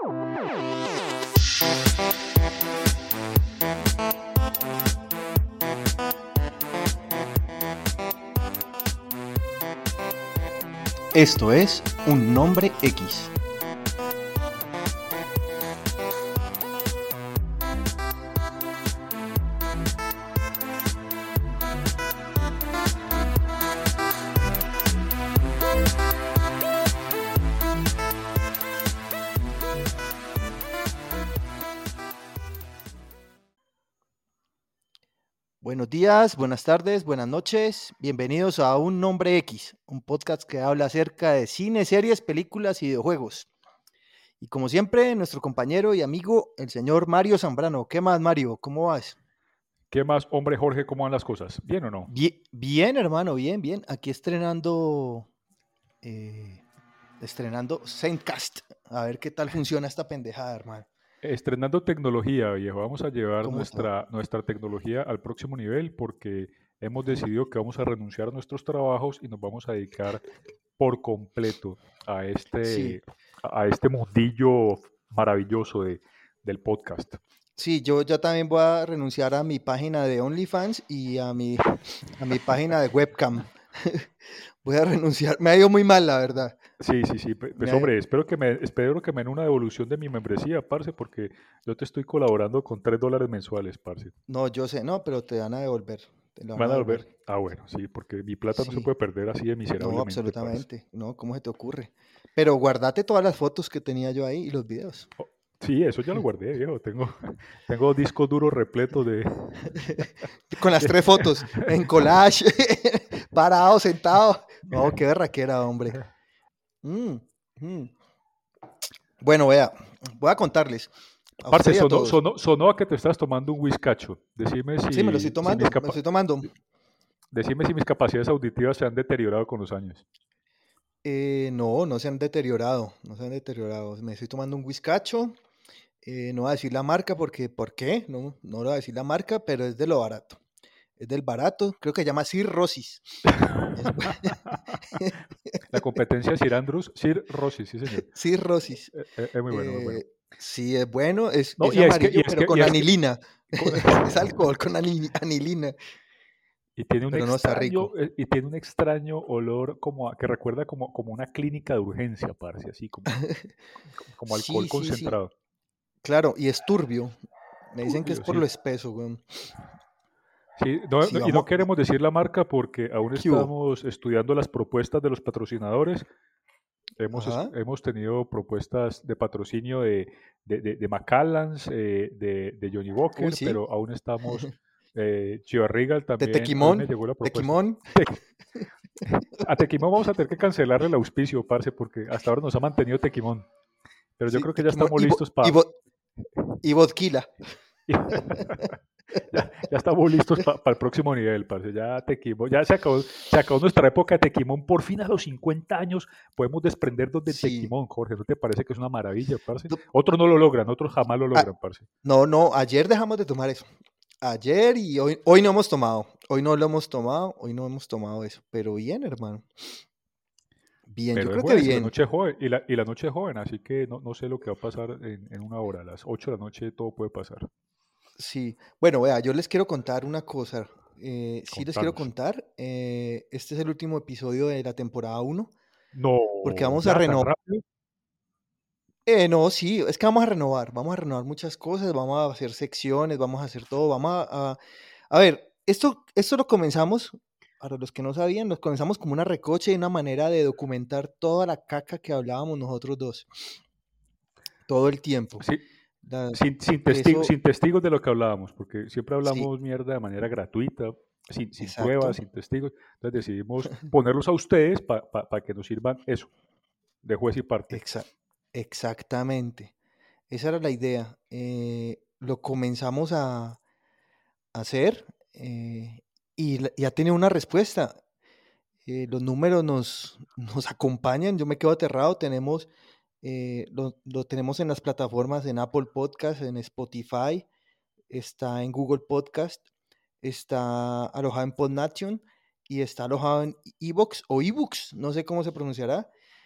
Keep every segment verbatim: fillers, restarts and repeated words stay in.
Esto es Un Nombre X. Buenos días, buenas tardes, buenas noches. Bienvenidos a Un Nombre X, un podcast que habla acerca de cine, series, películas y videojuegos. Y como siempre, nuestro compañero y amigo, el señor Mario Zambrano. ¿Qué más, Mario? ¿Cómo vas? ¿Qué más, hombre Jorge? ¿Cómo van las cosas? ¿Bien o no? Bien, bien hermano, bien, bien. Aquí estrenando, eh, estrenando Zenecast. A ver qué tal funciona esta pendejada, hermano. Estrenando tecnología, viejo. Vamos a llevar ¿Cómo está? nuestra, nuestra tecnología al próximo nivel porque hemos decidido que vamos a renunciar a nuestros trabajos y nos vamos a dedicar por completo a Sí, este, a este mundillo maravilloso de, del podcast. sí, yo ya también voy a renunciar a mi página de OnlyFans y a mi, a mi página de webcam. Voy a renunciar. Me ha ido muy mal, la verdad. Sí, sí, sí. pe- Me Pues ha ido- hombre, espero que me, espero que me den una devolución de mi membresía, parce, porque yo te estoy colaborando con tres dólares mensuales, parce. No, yo sé, no, pero te van a devolver. Te lo ¿Me van a van a devolver? devolver. Ah, bueno, sí, porque mi plata no se Sí, puede perder así de no, miserablemente, parce. absolutamente. No, ¿cómo se te ocurre? Pero guardate todas las fotos que tenía yo ahí y los videos. Oh, sí, eso ya lo guardé, viejo. Tengo, tengo discos duros repletos de, Con las de- tres fotos, en collage, parado, sentado. No, qué berraquera, hombre. Mm, mm. Bueno, vea, voy a contarles a usted Parce, y a sonó, todos. sonó, sonó a que te estás tomando un whiskacho. Decime Sí, me lo estoy si, si mis tomando, me lo capa- estoy tomando. decime si mis capacidades auditivas se han deteriorado con los años. Eh, no, no se han deteriorado, no se han deteriorado. Me estoy tomando un whiskacho. Eh, no voy a decir la marca porque, ¿por qué? No, no voy a decir la marca, pero es de lo barato. Es del barato, creo que se llama Cirrhosis. Es bu- La competencia de Sir Andrews, Sir Rossi, sí señor. Cirrhosis. Eh, eh, Es muy bueno, muy bueno. Eh, sí, es bueno, es, No, es y es que, y amarillo, es pero que, y con es que, anilina. co- Es, es alcohol con ani- anilina, y tiene un pero no está extraño, rico. eh, y tiene un extraño olor como a- que recuerda como, como una clínica de urgencia, parce, así como, como alcohol Sí, sí, sí, concentrado. claro, y es turbio. Me dicen que es Turbio, por sí. lo espeso, weón. Sí, no- Sí, no- y no vamos. queremos decir la marca porque aún ¿Qué hubo? estamos estudiando las propuestas de los patrocinadores. Hemos, es- Ajá. hemos tenido propuestas de patrocinio de, de, de, de Macallans, eh, de, de Johnny Uy, Walker, sí. pero aún estamos. Eh, Chivas Regal De también, hoy me Tequimón. llegó la propuesta. Tequimón. Te- A Tequimón vamos a tener que cancelarle el auspicio, parce, porque hasta ahora nos ha mantenido Tequimón. Pero yo Sí, creo que ya Tequimón. estamos Y, vo- listos y, para. vo- y vodquila. Ya, ya estamos listos para el próximo nivel, parce. Ya Tequimón, ya se acabó, se acabó nuestra época de Tequimón. Por fin a los cincuenta años podemos desprendernos del Sí. Tequimón, Jorge. ¿No te parece que es una maravilla, parce? Du- Otros no lo logran, otros jamás lo ah, logran, parce. no, no, ayer dejamos de tomar eso. Ayer y hoy, hoy no hemos tomado. Hoy no lo hemos tomado, hoy no hemos tomado eso. Pero bien, hermano. Bien, yo Pero es creo que jueves y la bien. noche es joven, y la, y la noche es joven, así que no, no sé lo que va a pasar en, en una hora. A las ocho de la noche todo puede pasar. Sí. Bueno, vea, yo les quiero contar una cosa. Eh, sí les quiero Contanos. contar. Eh, este es el último episodio de la temporada uno, No, porque vamos a ya tan renovar. rápido. Eh, no, sí, es que vamos a renovar, vamos a renovar muchas cosas, vamos a hacer secciones, vamos a hacer todo, vamos a... A, a ver, esto, esto lo comenzamos, para los que no sabían, lo comenzamos como una recocha y una manera de documentar toda la caca que hablábamos nosotros dos, todo el tiempo. Sí, La- sin, sin, testi- eso, sin testigos de lo que hablábamos, porque siempre sí, hablamos mierda de manera gratuita, sin, sin pruebas, exacto, sin testigos. Entonces decidimos ponerlos a ustedes para que nos sirvan eso, de juez y parte. exa- exactamente. Esa era la idea. Eh, lo comenzamos a, a hacer eh, y, la- y ha tenido una respuesta. Eh, los números nos, nos acompañan, yo me quedo aterrado, tenemos, eh, lo, lo tenemos en las plataformas, en Apple Podcast, en Spotify, está en Google Podcast, está alojado en Podnation y está alojado en Evox o eBooks, no sé cómo se pronunciará,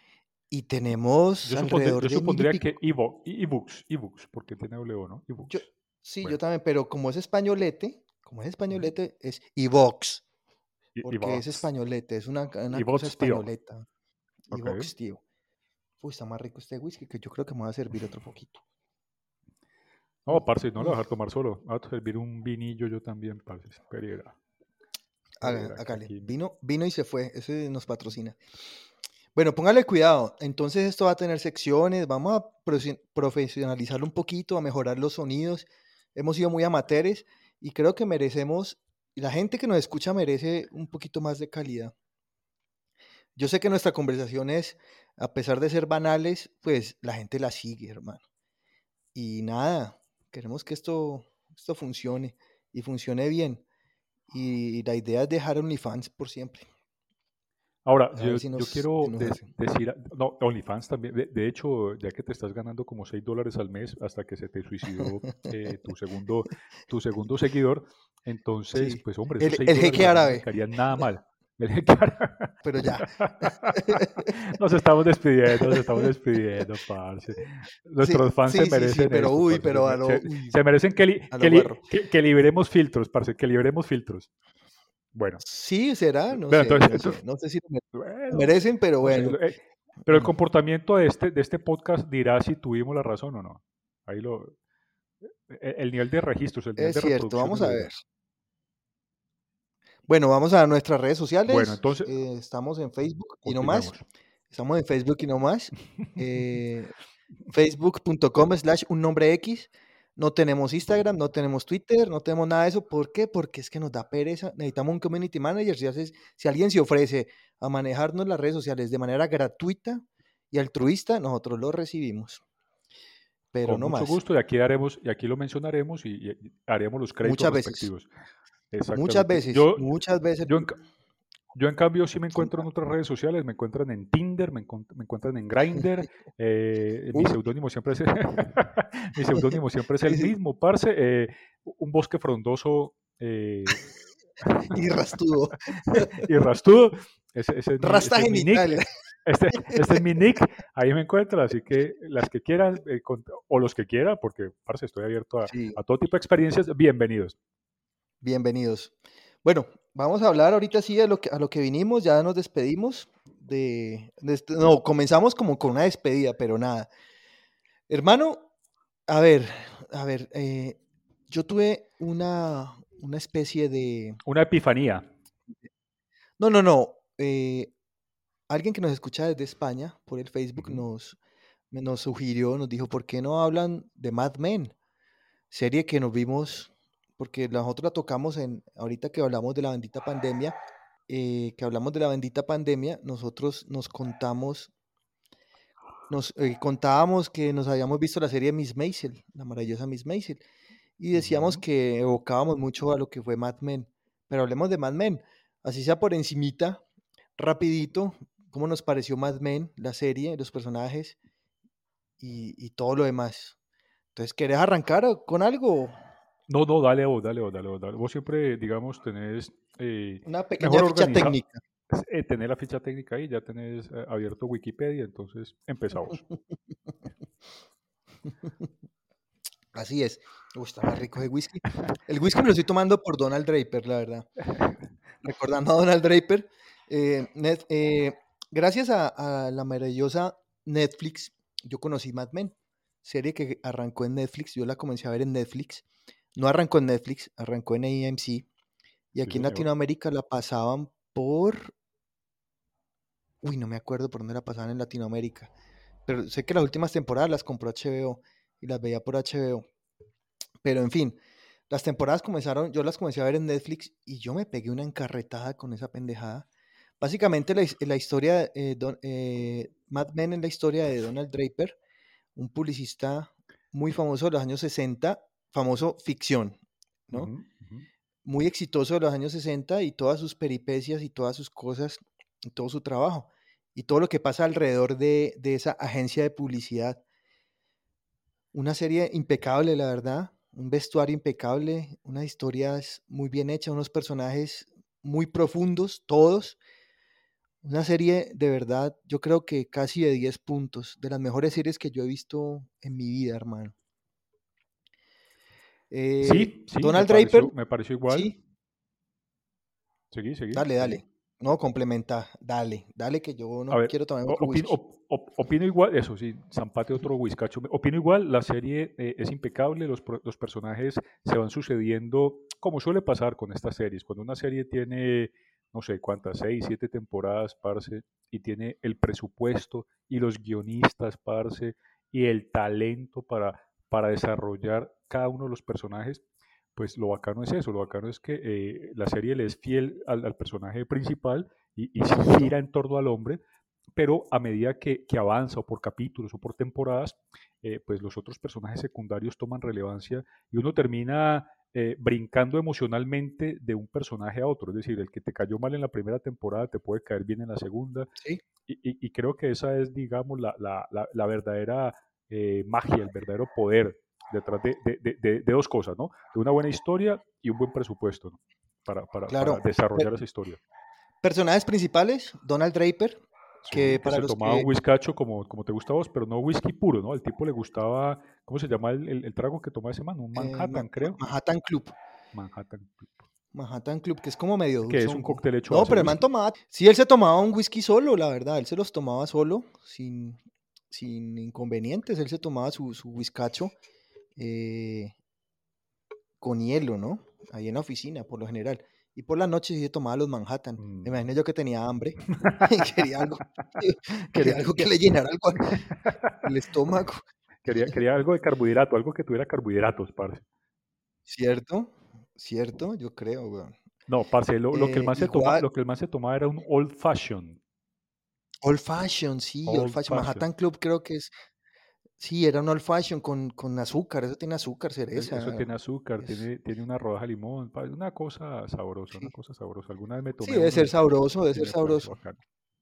y tenemos Yo, supondré- alrededor yo de mil y supondría que pico. ebo- e- ebooks, ebooks, porque tiene doble O, ¿no? Yo, Ebooks. sí, yo Bueno, también, pero como es españolete, como es ujú. españolete, es iVox, E- porque es ebooks. españolete, es una, una cosa Ebooks, tío. españoleta. Ok. iVox, tío. Uy, está más rico este whisky que yo creo que me va a servir otro poquito. No, Mm, parce, no lo voy mm. a dejar tomar solo. Voy a servir un vinillo yo también, parce. Pereira. Haga- Pereira, que Hágale, aquí. vino, vino y se fue, ese nos patrocina. Bueno, póngale cuidado. Entonces esto va a tener secciones, vamos a profe- profesionalizarlo un poquito, a mejorar los sonidos. Hemos sido muy amateurs y creo que merecemos, la gente que nos escucha merece un poquito más de calidad. Yo sé que nuestra conversación es, a pesar de ser banales, pues la gente la sigue, hermano. Y nada, queremos que esto, esto funcione y funcione bien. Y la idea es dejar OnlyFans por siempre. Ahora, A ver yo, si yo nos, si quiero nos des- hacen. decir, a- no, OnlyFans también, de, de hecho, ya que te estás ganando como seis dólares al mes hasta que se te suicidó eh, tu segundo, tu segundo seguidor, entonces, Sí, pues hombre, esos el, seis el dólares jeque a mí no me árabe, caerían nada mal. El jeque árabe. pero ya. Nos estamos despidiendo, nos estamos despidiendo, parce. Sí, Nuestros fans se sí, sí, sí, merecen pero esto, uy, parce. Se, pero a me- lo, se- uy, se merecen que, li- a que, lo li- guarro. que, que liberemos filtros, parce, que liberemos filtros. Bueno, Sí, será, no bueno, sé, entonces, no sé, entonces, no sé si lo mere- lo bueno, merecen, pero no sé. bueno. eh, pero el Mm, comportamiento de este, de este podcast dirá si tuvimos la razón o no. Ahí lo, e- el nivel de registros, el nivel es de cierto, reproducciones vamos lo a ver. dirá. Bueno, vamos a nuestras redes Bueno, sociales. entonces, eh, estamos en Facebook y no más. continuemos. Estamos en Facebook y no más. eh, facebook punto com slash un nombre X. No tenemos Instagram, no tenemos Twitter, no tenemos nada de eso. ¿Por qué? Porque es que nos da pereza. Necesitamos un community manager. Si, haces- si alguien se ofrece a manejarnos las redes sociales de manera gratuita y altruista, nosotros lo recibimos. Pero Con no mucho más. gusto, y aquí haremos, y aquí lo mencionaremos y, y haremos los créditos Muchas veces. respectivos. Muchas Exactamente. veces. Yo, Muchas veces. yo, en, ca- yo en cambio sí me Sí. encuentro en otras redes sociales, me encuentran en Tinder, me, encont- me encuentran en Grindr, eh, mi Uy, seudónimo siempre es mi seudónimo siempre es sí, el sí. mismo, parce, eh, un bosque frondoso eh, Y rastudo. y rastudo, ese, ese es mi, Rasta ese es mi nick, genital. este, este es mi nick, ahí me encuentran, así que las que quieran, eh, con- o los que quieran, porque parce, estoy abierto a, Sí, a todo tipo de experiencias, bienvenidos. bienvenidos. Bueno, vamos a hablar ahorita sí a lo que, a lo que vinimos, ya nos despedimos de, de este- no, comenzamos como con una despedida, pero nada. Hermano, a ver, a ver, eh, yo tuve una, una especie de, Una epifanía. no, no, no, eh, alguien que nos escucha desde España por el Facebook Ujú, nos, me- nos sugirió, nos dijo, ¿por qué no hablan de Mad Men? Serie que nos vimos, porque nosotros la tocamos en, ahorita que hablamos de la bendita pandemia, eh, que hablamos de la bendita pandemia, nosotros nos contamos, nos eh, contábamos que nos habíamos visto la serie Miss Maisel, la maravillosa Miss Maisel, y decíamos ujú. que evocábamos mucho a lo que fue Mad Men, pero hablemos de Mad Men, así sea por encimita, rapidito, cómo nos pareció Mad Men, la serie, los personajes y, y todo lo demás. Entonces, ¿querés arrancar con algo? No, no, dale vos, dale vos, dale vos, dale. Vos siempre, digamos, tenés eh, Una pequeña mejor ficha organizado, técnica. tener la ficha técnica ahí, ya tenés eh, abierto Wikipedia, entonces empezamos. Así es. Uy, está más rico ese whisky. El whisky me lo estoy tomando por Donald Draper, la verdad. Recordando a Donald Draper. eh, Net- eh, gracias a, a la maravillosa Netflix, yo conocí Mad Men, serie que arrancó en Netflix. Yo la comencé a ver en Netflix. No arrancó en Netflix, arrancó en A M C. Y Sí, aquí en señor. Latinoamérica la pasaban por... Uy, no me acuerdo por dónde la pasaban en Latinoamérica. Pero sé que las últimas temporadas las compró H B O y las veía por H B O. Pero en fin, las temporadas comenzaron, yo las comencé a ver en Netflix y yo me pegué una encarretada con esa pendejada. Básicamente la, his- la historia, eh, Don- eh, Mad Men es la historia de Donald Draper, un publicista muy famoso de los años sesenta, famoso ficción, ¿no? Ujú, ujú. Muy exitoso de los años sesenta y todas sus peripecias y todas sus cosas, y todo su trabajo y todo lo que pasa alrededor de, de esa agencia de publicidad. Una serie impecable, la verdad, un vestuario impecable, unas historias muy bien hechas, unos personajes muy profundos, todos, Una serie de verdad, yo creo que casi de diez puntos, de las mejores series que yo he visto en mi vida, hermano. Eh, Sí, sí, me Donald Draper, pareció, me pareció igual. sí, Seguí, seguí, dale, seguí. dale. No, complementa, dale, dale que yo A no ver, quiero tomar o- otro opino, whisky. op- op- opino igual, eso sí, Zampate otro whiskacho. Opino igual, la serie eh, es impecable, los, pro- los personajes se van sucediendo, como suele pasar con estas series. Cuando una serie tiene, no sé cuántas, seis, siete temporadas, parce, y tiene el presupuesto y los guionistas, parce, y el talento para, para desarrollar cada uno de los personajes, pues lo bacano es eso, lo bacano es que eh, la serie le es fiel al, al personaje principal y, y sí Cierto, gira en torno al hombre, pero a medida que, que avanza o por capítulos o por temporadas, eh, pues los otros personajes secundarios toman relevancia y uno termina eh, brincando emocionalmente de un personaje a otro. Es decir, el que te cayó mal en la primera temporada te puede caer bien en la segunda. sí, Y, y- y creo que esa es, digamos, la, la- la- la verdadera eh, magia, el verdadero poder detrás de, de- de- de- de dos cosas, ¿no? De una buena historia y un buen presupuesto, ¿no? Para, para, para claro. desarrollar Per- esa historia. personajes principales, Donald Draper, Sí, que que para se los tomaba un que whiskacho como, como te gusta a vos, pero no whisky puro, ¿no? Al tipo le gustaba, ¿cómo se llama el, el- el trago que tomaba ese man? Un eh, Ma- Manhattan, Ma- creo. Manhattan Club, Manhattan, Manhattan Club, que es como medio que es un dulzongo. cóctel hecho a No, base de pero el man whisky. tomaba, sí, él se tomaba un whisky solo, la verdad, él se los tomaba solo, sin, sin inconvenientes, él se tomaba su, su whiskacho eh, con hielo, ¿no? Ahí en la oficina, por lo general. Y por la noche sí se tomaba los Manhattan. Me Mm. imagino yo que tenía hambre y quería algo, quería quería, algo que que- le llenara algo el estómago, quería, quería algo de carbohidrato, algo que tuviera carbohidratos, parce. ¿cierto? ¿Cierto? Yo creo, weón. No, parce, lo, lo que el Eh, man se toma, igual, lo que el man se tomaba era un old fashion. Old Fashion, sí, Old Old Fashion. fashion. Manhattan Club creo que es, sí, era un Old Fashion con, con azúcar, eso tiene azúcar, Es- Eso cereza. tiene azúcar, Es, tiene, tiene una rodaja de limón, parce, una cosa sabrosa, una sí. cosa sabrosa. Alguna vez me Sí, tomé debe uno ser y, sabroso, debe y ser me pareció sabroso. bacano.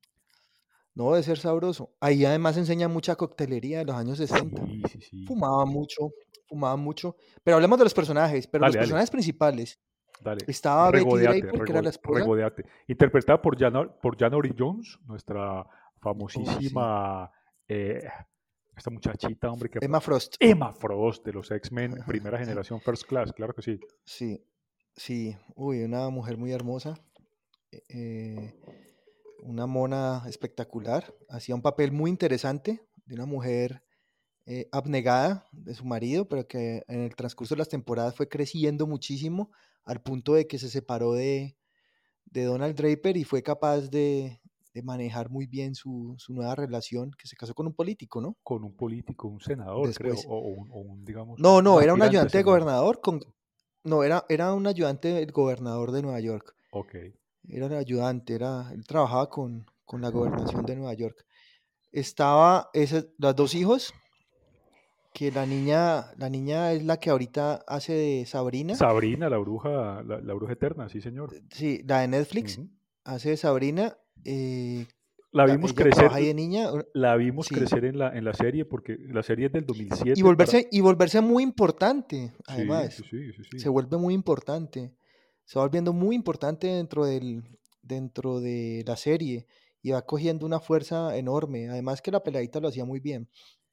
No, debe ser sabroso. Ahí además enseña mucha coctelería de los años sesenta. Sí, sí, sí. Fumaba mucho, fumaba mucho. Pero hablemos de los personajes, pero los Dale, dale, personajes principales. dale. Estaba Betty Regodeate, Draper, que era la rego- esposa. regodeate. Interpretada por Jana, por January Jones, nuestra Oh, sí. famosísima, eh, esta muchachita, hombre, que... Emma Frost. Emma Frost de los X-Men, primera generación, First Class, claro que sí. Sí, sí. Uy, una mujer muy hermosa. eh, una mona espectacular. Hacía un papel muy interesante de una mujer eh, abnegada de su marido, pero que en el transcurso de las temporadas fue creciendo muchísimo al punto de que se separó de, de Donald Draper y fue capaz de, de manejar muy bien su, su nueva relación, que se casó con un político, ¿no? Con un político, un senador, creo, Después. o, o un, o un, digamos, No, un, un no, era un aspirante a ayudante de senador. gobernador con... No, era, era un ayudante del gobernador de Nueva York. Ok. Era el ayudante, era, él trabajaba con, con la gobernación de Nueva York. Estaba ese, los dos hijos, que la niña, la niña es la que ahorita hace de Sabrina, Sabrina, la bruja, la, la bruja eterna, sí, señor. sí, la de Netflix, Ujú. hace de Sabrina, eh, La la- vimos ella crecer, trabaja ahí de niña, uh, la vimos sí, crecer en la, en la serie, porque la serie es del y dos mil siete para... volverse, y volverse muy importante, Sí, sí, además, sí, sí, se sí. vuelve muy importante, se va volviendo muy importante dentro del, dentro de la serie, y va cogiendo una fuerza enorme, además que la peladita lo hacía muy bien,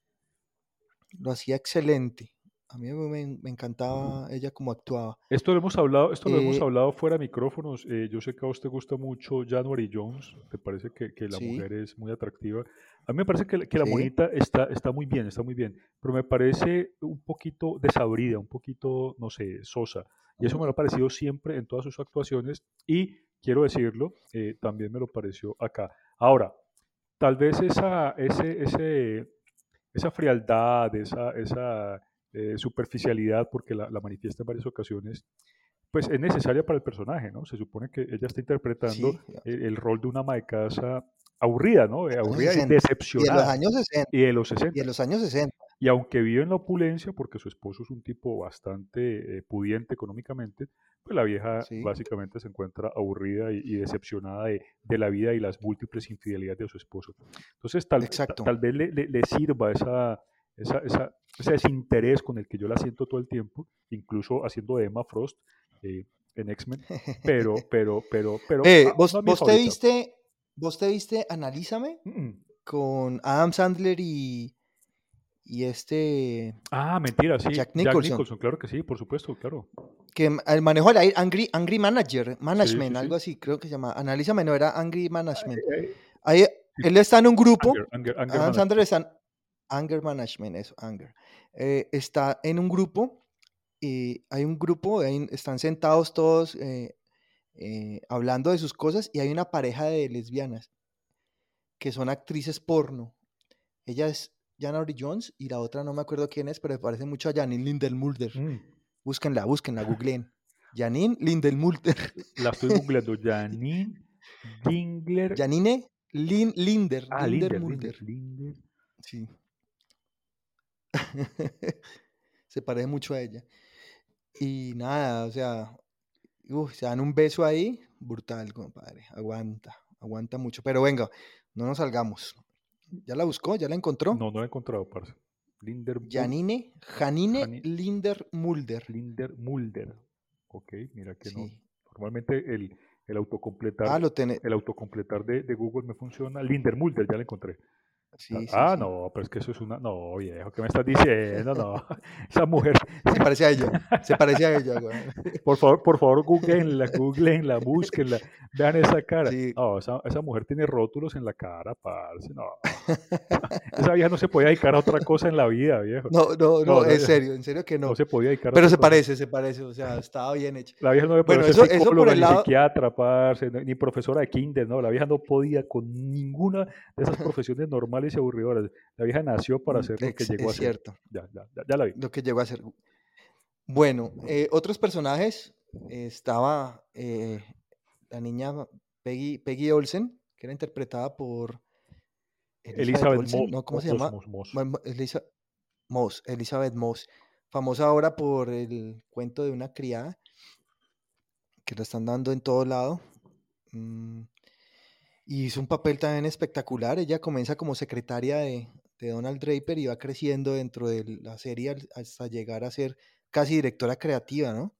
lo hacía excelente, a mí me, me encantaba ella como actuaba. Esto lo hemos hablado, esto lo hemos Eh, hablado fuera de micrófonos. Eh, yo sé que a vos te gusta mucho January Jones, te parece que, que la sí, mujer es muy atractiva. A mí me parece que, la- que la sí. monita está, está muy bien, está muy bien, pero me parece un poquito desabrida, un poquito, no sé, sosa. Y eso me lo ha parecido siempre en todas sus actuaciones y quiero decirlo, eh, también me lo pareció acá. Ahora, tal vez esa, ese, ese, esa frialdad, esa, esa eh, superficialidad, porque la, la manifiesta en varias ocasiones, pues es necesaria para el personaje, ¿no? Se supone que ella está interpretando Sí, a el, el rol de una ama de casa aburrida, ¿no? Eh, los años aburrida y sesenta. Y de los decepcionada, años sesenta. y de los Y de sesenta. los años sesenta. Y aunque vive en la opulencia, porque su esposo es un tipo bastante eh, pudiente económicamente, pues la vieja Sí, básicamente se encuentra aburrida y, y decepcionada de, de la vida y las múltiples infidelidades de su esposo. Entonces, tal, ta- exacto. tal vez le, le- le sirva esa, esa, esa- ese desinterés con el que yo la siento todo el tiempo, incluso haciendo de Emma Frost eh, en X-Men, pero, pero, pero, pero Eh, ah, no ¿vos, es mi vos te favorita. viste? ¿Vos te viste Analízame? Mm, mm. Con Adam Sandler y, y este Ah, mentira, sí. Jack Jack Nicholson. Nicholson, claro que sí, por supuesto, claro. Que m- el manejo de la i- Angry, Angry Manager, Sí, sí, Management, sí. algo así, creo que se llama. Analízame, no era Angry Management. Eh, eh, Ahí, sí, él está en un Anger, grupo, Anger, Anger Adam Sandler Management. está en Anger Management, eso, Anger. Eh, está en un grupo y hay un grupo, ahí están sentados todos eh, eh, hablando de sus cosas y hay una pareja de lesbianas que son actrices porno. Ella es Janary Jones y la otra no me acuerdo quién es, pero me parece mucho a Janine Lindelmulder. Mm, Búsquenla, búsquenla, googleen. Janine Lindelmulder. La estoy googleando. Janine Dingler. Janine Lin, Linder, Ah, Linder Linder, Linder, Mulder. Linder. Sí. Se parece mucho a ella. Y nada, o sea, uf, se dan un beso ahí, brutal, compadre. Aguanta, aguanta mucho. Pero venga, no nos salgamos. ¿Ya la buscó? ¿Ya la encontró? No, no lo he encontrado, parce. Linder Mul- Janine, Janine Jani- Linder Mulder. Linder Mulder. Ok, mira que no. Sí. Normalmente el, el autocompletar, Ah, lo tenés. el autocompletar de, de Google me funciona. Linder Mulder, ya lo encontré. Sí, sí, Ah, sí. no, pero es que eso es una. No, viejo, ¿qué me estás diciendo? No, esa mujer. Se parece a ella. Se parece a ella, güey. Por favor, por favor, googleenla, googleenla, búsquenla, vean esa cara. Sí. No, esa, esa mujer tiene rótulos en la cara, parce. No, esa vieja no se podía dedicar a otra cosa en la vida, viejo. No, no, No, no, no, es serio, en serio que no no. se podía dedicar a Pero otra se cosa. parece, se parece, o sea, estaba bien hecho. La vieja no podía Bueno, ser eso, eso por psicóloga el ni lado, psiquiatra, parce, no- ni profesora de kinder, no. La vieja no podía con ninguna de esas profesiones normales y aburridoras. La vieja nació para mm, hacer lo que ex- llegó es a hacer. cierto, Ya, ya, ya, ya la vi. lo que llegó a ser. Bueno, eh, otros personajes, eh, estaba eh, la niña Peggy, Peggy Olsen, que era interpretada por Elizabeth Elizabeth Olsen, Moss, ¿no? ¿Cómo se Moss, llama? Moss, Moss. Bueno, Elisa- Moss, Elizabeth Moss, famosa ahora por el cuento de una criada, que lo están dando en todo lado. Mm, y hizo un papel también espectacular. Ella comienza como secretaria de, de Donald Draper y va creciendo dentro de la serie al- hasta llegar a ser casi directora creativa, ¿no?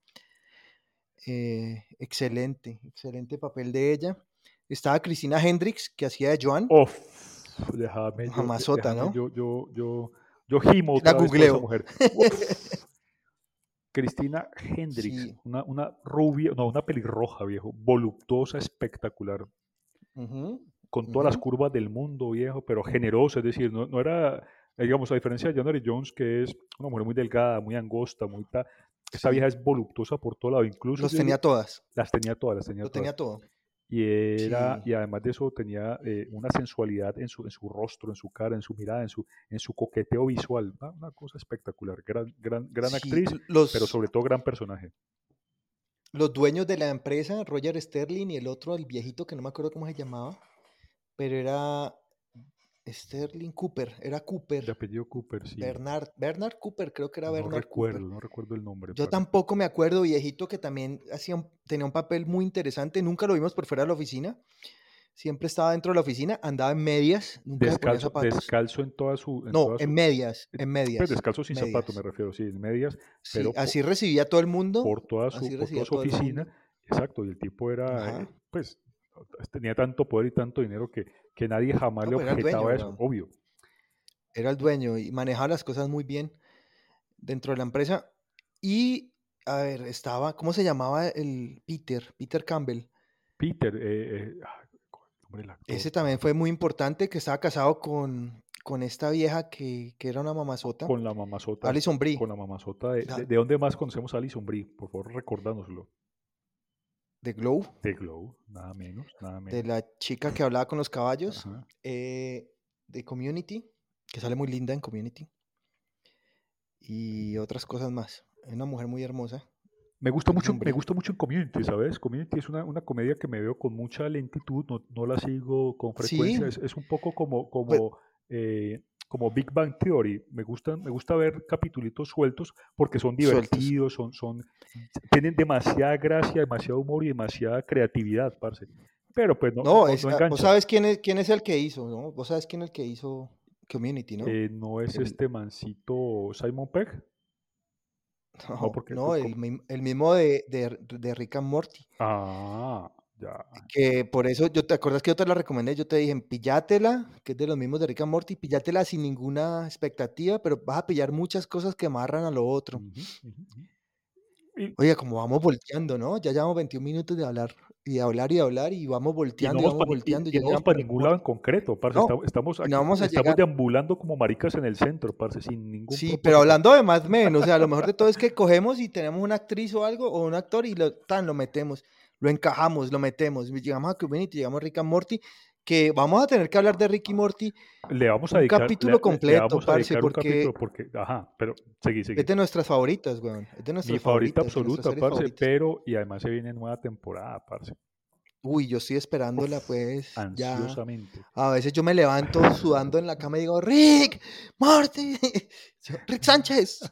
Eh, excelente, excelente papel de ella. Estaba Cristina Hendricks, que hacía de Joan, Uf, déjame yo, de- mamazota, déjame ¿no? yo, yo, yo, yo gimo La otra vez por esa googleo. mujer. Uf, Cristina Hendricks, Sí. una, una rubia, no, una pelirroja, viejo, voluptuosa, espectacular, Ujú, con todas las ujú, curvas del mundo, viejo, pero generosa, es decir, no, no era, eh, digamos, a diferencia de January Jones, que es una mujer muy delgada, muy angosta, muy ta, esta vieja sí. es voluptuosa por todo lado, incluso Los yo diría, tenía todas. las tenía todas, las tenía Lo todas. tenía todo. Y, era, Sí. y además de eso tenía eh, una sensualidad en su, en su rostro, en su cara, en su mirada, en su, en su coqueteo visual. Una, una cosa espectacular. Gran, gran, gran Sí. actriz, pero Los, sobre todo gran personaje. los dueños de la empresa, Roger Sterling y el otro, el viejito que no me acuerdo cómo se llamaba, pero era Sterling Cooper, era De Cooper, apellido Cooper, sí. Bernard, Bernard Cooper, creo que era No Bernard recuerdo, Cooper. no recuerdo el nombre, Yo parce. tampoco me acuerdo, viejito, que también hacía un- tenía un papel muy interesante, nunca lo vimos por fuera de la oficina, siempre estaba dentro de la oficina, andaba en medias, nunca se ponía Descalzo, zapatos. descalzo en toda su, en No, toda en su, medias, eh, en pues medias, descalzo sin zapato me medias. refiero, sí, en medias, Sí, pero po- así recibía a todo el mundo, por toda su, así por recibía toda a su todo el oficina, mundo. exacto, y el tipo era, Ajá. eh, pues, tenía tanto poder y tanto dinero que, que nadie jamás No, le pero era el dueño, objetaba eso, weón. obvio. Era el dueño y manejaba las cosas muy bien dentro de la empresa. Y, a ver, estaba, ¿cómo se llamaba el Peter? Peter Campbell. Peter, eh, eh, ah, ¿cuál es el nombre del actor, Ese también parce? fue muy importante, que estaba casado con, con esta vieja que, que era una mamazota, Con la mamazota, esta- Alison Brie, con la mamazota de, de, la- de dónde más conocemos a Alison Brie, por favor recordánoslo. de Glow, De Glow, nada menos, nada de menos. la chica que hablaba con los caballos, Ajá. eh, de Community, que sale muy linda en Community, y otras cosas más. Es una mujer muy hermosa, Me gusta mucho, Alison me Brie. gusta mucho en Community, ¿sabes? Community es una, una comedia que me veo con mucha lentitud, no, no la sigo con frecuencia. Sí, Es, es un poco como, pues, como, eh, como Big Bang Theory. Me gusta, me gusta ver capitulitos sueltos porque son sueltos. divertidos, son, son, tienen demasiada gracia, demasiado humor y demasiada creatividad, parce. Pero pues no, No, no, es, no ah, vos enganchan. sabes quién es, quién es el que hizo, ¿no? Vos sabes quién es el que hizo Community, ¿no? Eh, no es El, este mancito Simon Pegg. No, no, porque no, el, como- mim- el mismo de, de, de Rick and Morty. ah, ya. Que por eso, yo ¿te acuerdas que yo te la recomendé? Yo te dije, píllatela, que es de los mismos de Rick and Morty, píllatela sin ninguna expectativa, pero vas a pillar muchas cosas que amarran a lo otro. Ujú, ujú, ujú. Y, Oye, como vamos volteando, ¿no? Ya llevamos veintiún minutos de hablar y hablar y hablar y vamos y no volteando y vamos vamos para y, volteando y y ya no vamos llegamos para a Rick and ningún lado en Morty. concreto, parce. No, Estamos, estamos y no aquí, vamos a estamos llegar. deambulando como maricas en el centro, parce, sin ningún Sí, pero propósito. hablando de más menos, o sea, lo mejor de todo es que cogemos y tenemos una actriz o algo, o un actor, y lo, tan, lo metemos, lo encajamos, lo metemos. Y llegamos a Community, llegamos a Rick and Morty, que vamos a tener que hablar de Rick y Morty Le vamos a un dedicar, le, capítulo le- le completo, vamos a parce, dedicar un porque capítulo porque, ajá, pero seguí, es seguí. de nuestras favoritas, weón. Es de Mi nuestras favorita favoritas, de nuestras absoluta, series parce, favoritas. pero, y además se viene nueva temporada, parce. Uy, yo estoy esperándola, Uf, pues, ya. ansiosamente. A veces yo me levanto sudando en la cama y digo, Rick, Morty, yo, Rick Sánchez.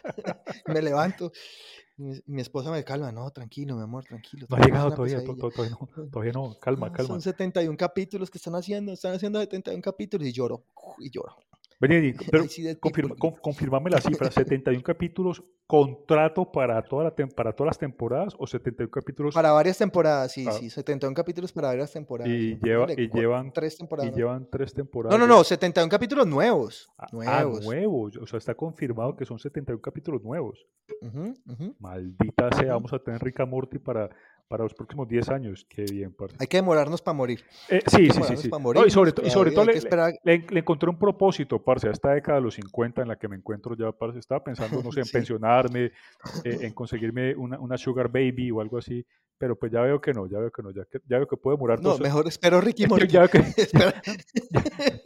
Me levanto. Mi, mi esposa me calma, no, tranquilo, mi amor, tranquilo, No ha tranquilo, es llegado una todavía, to- pesadilla. to- todavía no, todavía no, calma, No, son calma. setenta y un capítulos que están haciendo, están haciendo setenta y un capítulos y lloro, y lloro. Vení, pero Ay, sí, de tipo, confirma, con- confirmame la cifra, setenta y un capítulos, contrato para, toda la tem- para todas las temporadas o setenta y un capítulos Para varias temporadas, sí, ah, sí, setenta y un capítulos para varias temporadas, y, ¿no? lleva, Póngale y, cua- llevan, tres y temporadas, ¿no? llevan tres No, temporadas no, de... no, setenta y un capítulos nuevos, Ah, ah, nuevos. nuevos, o sea, está confirmado Ujú, que son setenta y un capítulos nuevos. ujú, ujú, Maldita sea, ujú. vamos a tener Rick and Morty para, para los próximos diez años. Qué bien, parce. Hay que demorarnos para morir, Eh, hay sí, que sí, sí, demorarnos sí. para No, y sobre, morirnos to- y sobre todavía, todo hay le, que le- esperar, le- le encontré un propósito, parce, a esta década de los cincuenta en la que me encuentro ya, parce. Estaba pensando, no sé, en sí. pensionarme, eh, en conseguirme una, una sugar baby o algo así, pero pues ya veo que no, ya veo que no, ya, que, ya veo que puede demorar todo No, eso. mejor espero Ricky Ya, Morty. ya veo que, Espera. ya,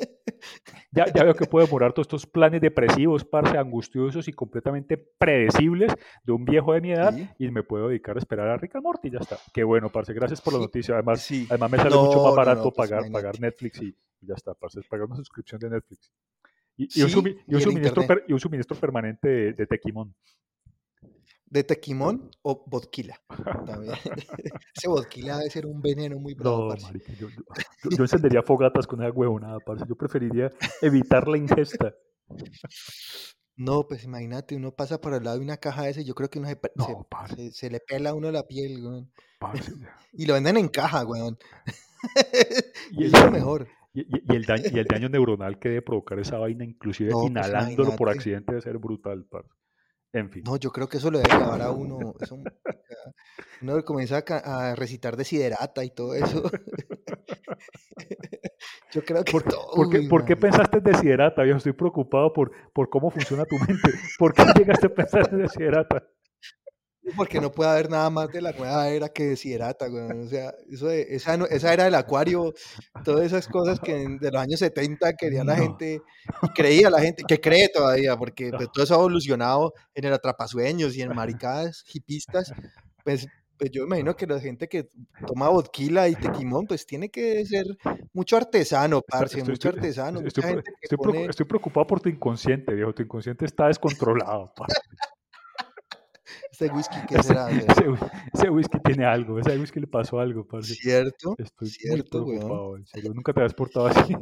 ya, ya veo que puede demorar todos estos planes depresivos, parce, angustiosos y completamente predecibles de un viejo de mi edad Sí, y me puedo dedicar a esperar a Rick and Morty, ya está. Qué bueno, parce, gracias por la sí, noticia. Además, sí. además me sale mucho más No, no, no, barato pues pagar, pagar imagínate. Netflix y, y ya está, parce, pagar una suscripción de Netflix. Y, y un, Sí, sumi- y un y el suministro, internet. per- y un suministro permanente de, de Tequimón. ¿De tequimón o vodquila? También. Ese vodquila debe ser un veneno muy bravo, No, parce. marica, yo, yo, yo- yo encendería fogatas con esa huevonada, parce. Yo preferiría evitar la ingesta. No, pues imagínate, uno pasa por el lado de una caja de ese, yo creo que uno se, pe- se, No, parce, se- se le pela a uno la piel, weón. parce. Y lo venden en caja, weón. Y, Eso es lo mejor. y- y- y el daño, y el daño neuronal que debe provocar esa vaina, inclusive No, pues inhalándolo por imagínate. accidente, debe ser brutal, parce. En fin. No, yo creo que eso lo debe llevar a uno. Eso, marica, uno comienza a, ca- a recitar Desiderata y todo eso. Yo creo que ¿Por, qué- todo. por qué, Uy, por qué marica. pensaste en Desiderata? Yo estoy preocupado por, por cómo funciona tu mente. ¿Por qué llegaste a pensar en Desiderata? Porque no puede haber nada más de la nueva era que Desiderata, weón. O sea, eso de- esa, no- esa era del acuario, todas esas cosas que en- de los años setenta quería la No, gente y creía la gente, que cree todavía, porque pues, no. todo eso ha evolucionado en el Atrapasueños y en maricadas hipistas. Pues, pues yo imagino que la gente que toma vodquila y tequimón, pues tiene que ser mucho artesano, Está- parce, estoy, mucho estoy, artesano, estoy, mucha pre- gente que estoy preocu- pone, estoy preocupado por tu inconsciente, viejo. Tu inconsciente está descontrolado, parce. este whisky, ¿qué Ese, será? ¿Será? ese whi- ese whisky tiene algo, ese whisky le pasó algo, parce. Cierto, Estoy muy cierto, weón. preocupado, en serio. Nunca te habías portado así.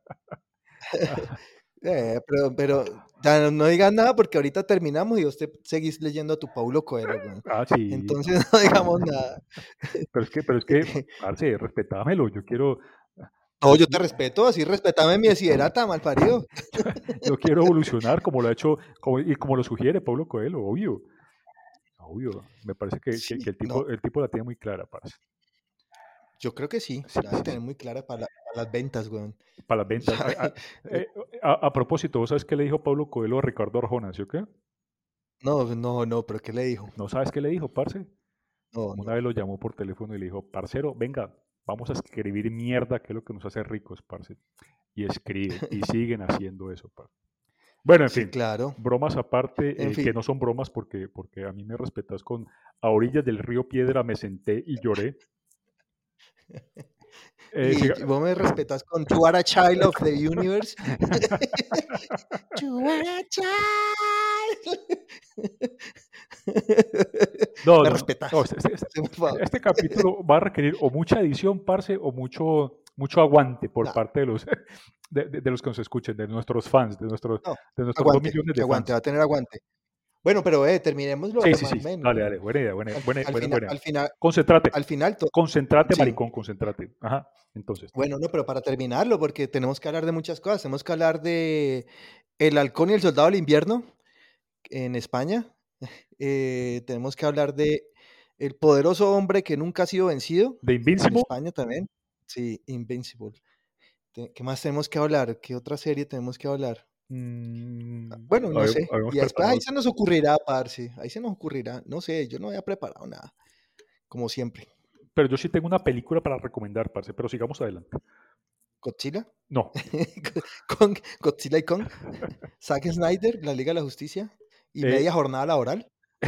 Eh, pero, pero ya no, no digas nada porque ahorita terminamos y usted seguís leyendo a tu Paulo Coelho, weón. Ah, sí, Entonces no digamos nada. pero es que, pero es que, parce, respetámelo. Yo quiero, No, yo te yo, respeto, así respetame mi desiderata, malparido. yo quiero evolucionar como lo ha hecho como- y como lo sugiere Pablo Coelho, obvio. Obvio. Me parece que, que- que Sí, el no, tipo, el tipo la tiene muy clara, parce. yo creo que sí, Sí, la sí, debe tener sí. muy clara para, la- para las ventas, weón. Para las ventas. A, a- ¿Sabe? eh, a- a propósito, ¿vos sabes qué le dijo Pablo Coelho a Ricardo Arjona, sí o qué? No, no, no, pero ¿qué le dijo? ¿No sabes qué le dijo, parce? No, Una no. vez lo llamó por teléfono y le dijo, parcero, venga, vamos a escribir mierda, que es lo que nos hace ricos, parce. Y escriben, y siguen haciendo eso, parce. Bueno, en Sí, fin, claro. bromas aparte, En eh, fin. que no son bromas porque, porque a mí me respetas con a orillas del río Piedra me senté y lloré. Eh, siga- Y vos me respetas con You are a child of the universe. You are a child. No, Me no, no. No, respetas. este, este- este- Sí, por favor. este capítulo va a requerir o mucha edición, parce, o mucho, mucho aguante por No, parte de los, de, de- de los que nos escuchen, de nuestros fans, de nuestros, no, de nuestros dos aguante, millones que de aguante, fans. va a tener aguante. Bueno, pero eh, terminemos lo Sí, de sí, Mad sí. Men, Dale, weón. dale. Buena idea, buena, Al, buena, al buena, final, buena. al final, Concéntrate. al final, to- Concéntrate, sí. maricón, concéntrate. Ajá. Entonces, Bueno, no, pero para terminarlo, porque tenemos que hablar de muchas cosas. Tenemos que hablar de El Halcón y el Soldado del Invierno en España. Eh, tenemos que hablar de El poderoso hombre que nunca ha sido vencido The en Invincible. España también. Sí, Invincible. Te- ¿Qué más tenemos que hablar? ¿Qué otra serie tenemos que hablar? mm, Bueno, no habíamos, sé. habíamos Y después ahí preparado. se nos ocurrirá, parce. Ahí se nos ocurrirá. No sé, yo no había preparado nada, como siempre. Pero yo sí tengo una película para recomendar, parce. Pero sigamos adelante. Godzilla. No. Kong, Godzilla y Kong. Zack Snyder, la Liga de la Justicia. Y Eh, media jornada laboral.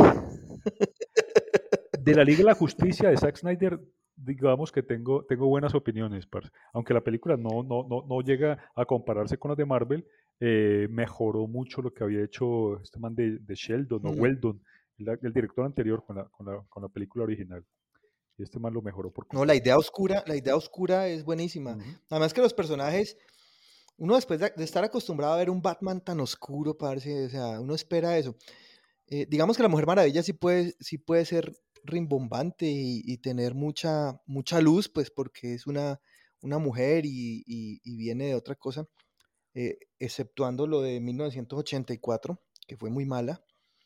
de la Liga de la Justicia de Zack Snyder, digamos que tengo, tengo buenas opiniones, parce. Aunque la película no, no, no, no llega a compararse con las de Marvel, eh, mejoró mucho lo que había hecho este man de, de Sheldon o Mm, Weldon, el, el director anterior con la, con, la, con la película original. Y este man lo mejoró por No, la completo. idea oscura, la idea oscura es buenísima. Ujú. Además que los personajes, uno después de, de estar acostumbrado a ver un Batman tan oscuro, parce, o sea, uno espera eso. Eh, digamos que la Mujer Maravilla sí puede, sí puede ser rimbombante y, y tener mucha, mucha luz, pues porque es una, una mujer y, y- y viene de otra cosa, eh, exceptuando lo de mil novecientos ochenta y cuatro, que fue muy mala.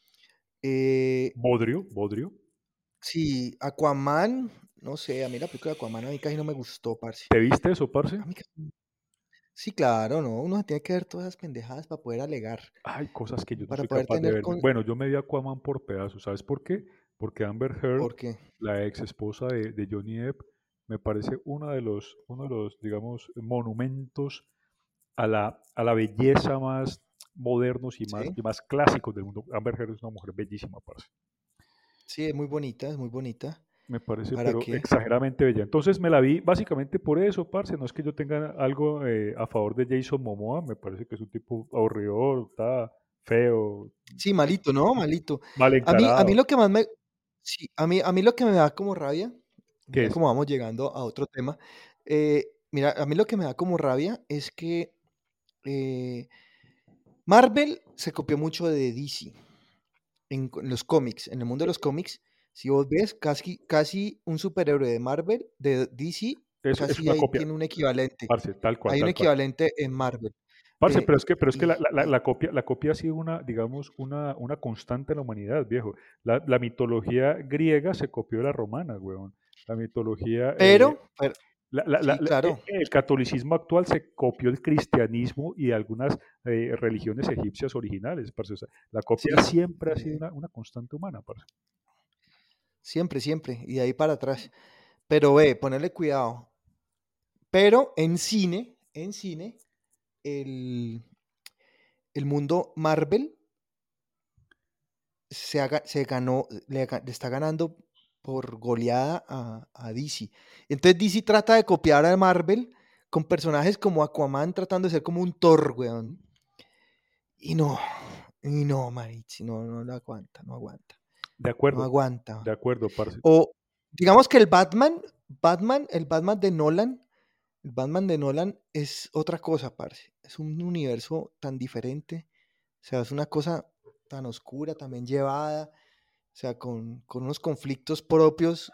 Eh, Bodrio, Bodrio. sí, Aquaman, no sé, a mí la película de Aquaman a mí casi no me gustó, parce. ¿Te viste eso, parce? A mí casi- sí, claro, no, uno se tiene que ver todas esas pendejadas para poder alegar, Hay cosas que yo no para soy poder capaz de tener verme. con... Bueno, yo me vi Aquaman por pedazos. ¿Sabes por qué? Porque Amber Heard, ¿Por qué? la ex esposa de, de Johnny Depp, me parece uno de los, uno de los, digamos, monumentos a la, a la belleza más modernos y más, Sí, y más clásicos del mundo. Amber Heard es una mujer bellísima, parce. sí, es muy bonita, es muy bonita. Me parece, ¿Para pero qué? exageradamente bella. Entonces me la vi básicamente por eso, parce. No es que yo tenga algo eh, a favor de Jason Momoa. Me parece que es un tipo aburridor, está feo, Sí, malito, ¿no? Malito. mal A mí, a mí encarado. lo que más me, sí, a mí, a mí lo que me da como rabia, ¿Qué ya es? como vamos llegando a otro tema, eh, mira, a mí lo que me da como rabia es que eh, Marvel se copió mucho de D C en, co- en los cómics, en el mundo de los cómics. Si vos ves, casi, casi un superhéroe de Marvel, de D C, Es, es casi una ahí copia, tiene un equivalente. parce, tal cual, Hay un tal cual. equivalente en Marvel. Parce, Eh, pero es que, pero es que la, y, la- la- y- la copia, la copia ha sido una, digamos, una, una constante en la humanidad, viejo. La, la mitología griega se copió de la romana, weón. La mitología, eh, pero, pero, la- la- la- sí, la- e- claro. el catolicismo actual se copió del cristianismo y de algunas eh, religiones egipcias originales, parce. O sea, la copia Sí, siempre ha sí, sido sí. una, una constante humana, parce. Siempre, siempre. Y de ahí para atrás. Pero ve, ponerle cuidado. Pero en cine, en cine, el, el mundo Marvel se, haga- se ganó, le, ga- le está ganando por goleada a, a D C. Entonces D C trata de copiar a Marvel con personajes como Aquaman tratando de ser como un Thor, weón. Y no, y no, Marichi, no, no lo aguanta, no aguanta, De no acuerdo, aguanta. de acuerdo, parce. O digamos que el Batman, Batman, el Batman de Nolan, el Batman de Nolan es otra cosa, parce. Es un universo tan diferente. O sea, es una cosa tan oscura, también llevada. O sea, con, con unos conflictos propios.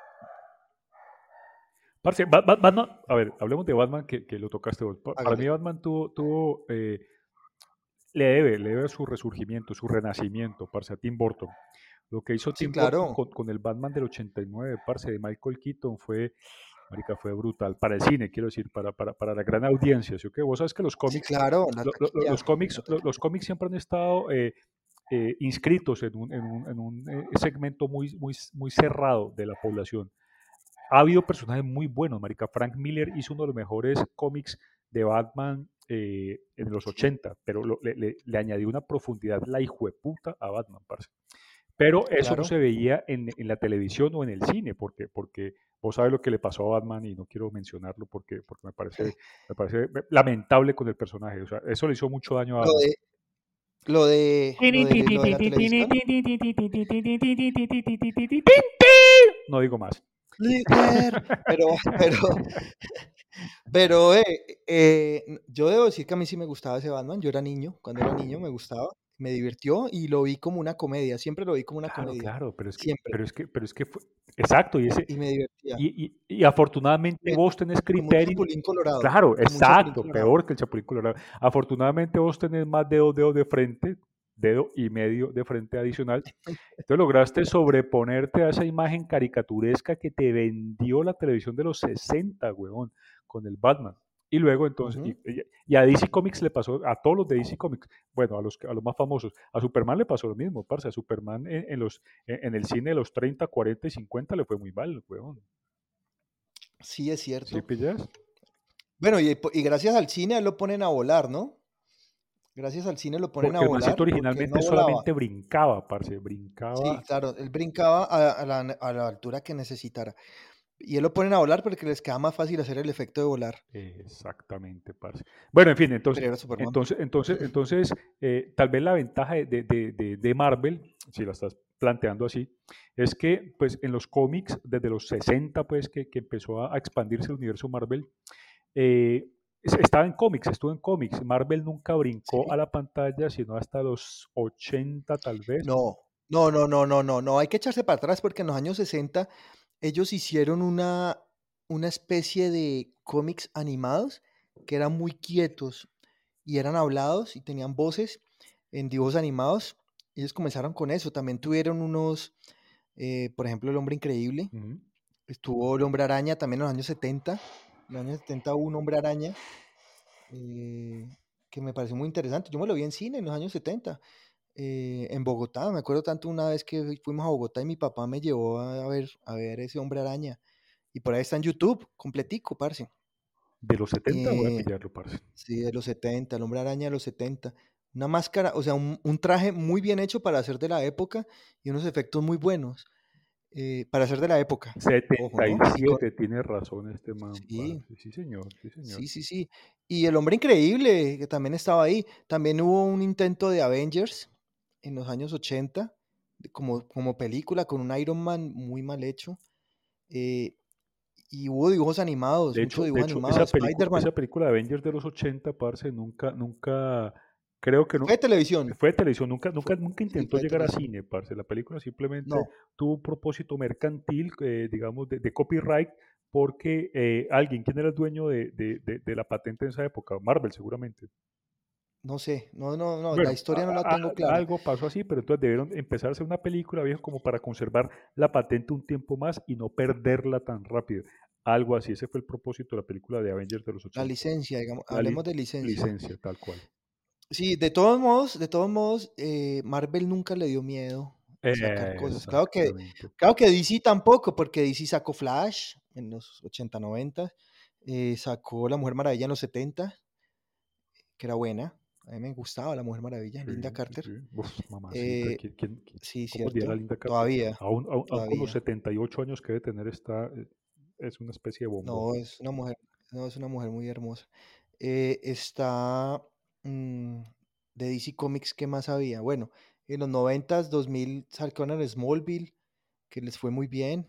Parce, Ba- Ba- Batman, a ver, hablemos de Batman que, que lo tocaste vos. Pa- Para mí Hágale. Batman tuvo, tuvo eh, le debe, le debe su resurgimiento, su renacimiento, parce, a Tim Burton. Lo que hizo Sí, Tim Burton claro. con, con el Batman del ochenta y nueve, parce, de Michael Keaton fue, marica, fue brutal. Para el cine, quiero decir, para, para, para la gran audiencia, ¿sí o qué? Vos sabes que los Sí, cómics, claro. La lo- lo- lo- taquilla. los cómics, La lo- los taquilla. cómics siempre han estado eh, eh, inscritos en un, en un, en un eh, segmento muy, muy, muy cerrado de la población. Ha habido personajes muy buenos, marica. Frank Miller hizo uno de los mejores cómics de Batman eh, en los Sí, ochenta, pero lo- le, le- le añadió una profundidad, la hijueputa, a Batman, parce. Pero eso no claro. se veía en, en la televisión o en el cine, porque, porque vos sabes lo que le pasó a Batman y no quiero mencionarlo porque, porque me parece, me parece lamentable con el personaje. O sea, eso le hizo mucho daño a Lo Batman. de, lo de, lo de, lo de la televisión. No digo más. Líder. Pero, pero, pero, eh, eh, yo debo decir que a mí sí me gustaba ese Batman. Yo era niño, cuando era niño me gustaba. me divirtió y lo vi como una comedia, siempre lo vi como una Claro, comedia, claro, pero es que, siempre, pero es que, pero es que fue, exacto, y ese, y me divertía. y, y, y afortunadamente Eh, vos tenés como un criterio. chapulín colorado, Claro, como un chapulín exacto, colorado. peor que el Chapulín Colorado. Afortunadamente vos tenés más de dos dedos de frente, dedo y medio de frente adicional. Entonces lograste sobreponerte a esa imagen caricaturesca que te vendió la televisión de los sesenta, huevón, con el Batman. Y luego entonces, y, Ujú. y- y a D C Comics le pasó, a todos los de D C Comics, bueno, a los, que- a los más famosos, a Superman le pasó lo mismo, parce, a Superman en, en los, en, en el cine de los treinta, cuarenta y cincuenta le fue muy mal, huevón. Sí, es ¿Sí cierto. pillas? Bueno, y, po- y gracias al cine a él lo ponen a volar, ¿no? Gracias al cine lo ponen a Porque el mancito volar porque él no originalmente volaba. solamente brincaba, parce, Sí, brincaba. claro, él brincaba a, a la, a la altura que necesitara. Y él lo ponen a volar porque les queda más fácil hacer el efecto de volar. Exactamente, parce. Bueno, en fin, entonces, Pero era Superman. entonces, entonces, entonces eh, tal vez la ventaja de, de- de- de- de Marvel, si la estás planteando así, es que pues en los cómics, desde los sesenta pues, que, que empezó a, a expandirse el universo Marvel, eh, es- estaba en cómics, estuvo en cómics. Marvel nunca brincó a Sí. la pantalla, sino hasta los ochenta tal vez. No, no, no, no, no, no, no, hay que echarse para atrás porque en los años sesenta ellos hicieron una, una especie de cómics animados que eran muy quietos y eran hablados y tenían voces en dibujos animados. Ellos comenzaron con eso. También tuvieron unos, eh, por ejemplo, El Hombre Increíble. Ujú. Estuvo El Hombre Araña también en los años setenta. En los años setenta hubo un Hombre Araña eh, que me pareció muy interesante. Yo me lo vi en cine en los años setenta eh, en Bogotá. Me acuerdo tanto una vez que fuimos a Bogotá y mi papá me llevó a, a ver, a ver ese Hombre Araña. Y por ahí está en YouTube, completico, parce. De los setenta voy a Eh, pillarlo, parce. sí, de los setenta, el Hombre Araña de los setenta. Una máscara, o sea, un, un traje muy bien hecho para hacer de la época y unos efectos muy buenos eh, para hacer de la época. Ojo, setenta y ¿no? Y con, siete tiene razón este man, sí, parce. Sí, señor, sí, señor. sí, sí, sí. Y El Hombre Increíble, que también estaba ahí. También hubo un intento de Avengers en los años ochenta, de- como, como película, con un Iron Man muy mal hecho. eh, y hubo dibujos animados, De mucho hecho, de dibujo hecho, animado. esa película, Spider-Man esa película de Avengers de los ochenta, parce, nunca, nunca, creo que no, fue de televisión. fue de televisión, nunca, Fue, nunca, nunca sí, intentó fue de llegar a televisión. cine, parce. La película simplemente No, tuvo un propósito mercantil, eh, digamos, de, de copyright, porque eh, alguien, ¿quién era el dueño de, de- de- de la patente en esa época? Marvel, seguramente. no sé. No, no, no. La Bueno, historia no la a- tengo a- clara. algo pasó así, pero entonces debieron empezar a hacer una película, viejo, como para conservar la patente un tiempo más y no perderla tan rápido. Algo así, ese fue el propósito de la película de Avengers de los La ochenta. licencia, digamos, La li- hablemos de licencia. licencia, tal cual. Sí, de todos modos, de todos modos, eh, Marvel nunca le dio miedo a sacar cosas. Claro que, Exactamente. claro que D C tampoco, porque D C sacó Flash en los ochenta noventa, eh, sacó La Mujer Maravilla en los setenta, que era buena. A mí me gustaba La Mujer Maravilla, Sí, Linda sí, Carter. sí. Uf, mamacita, Eh, ¿quién, quién- quién- sí, cómo odiar a cierto. Linda Carter? Todavía, Aún, aún, aún con los todavía. setenta y ocho años que debe tener esta, eh, es una especie de bombón. No, es una mujer, no, es una mujer muy hermosa. Eh, está mm, de D C Comics, ¿qué más había? Bueno, en los noventas, dos mil sacaron Smallville, que les fue muy bien.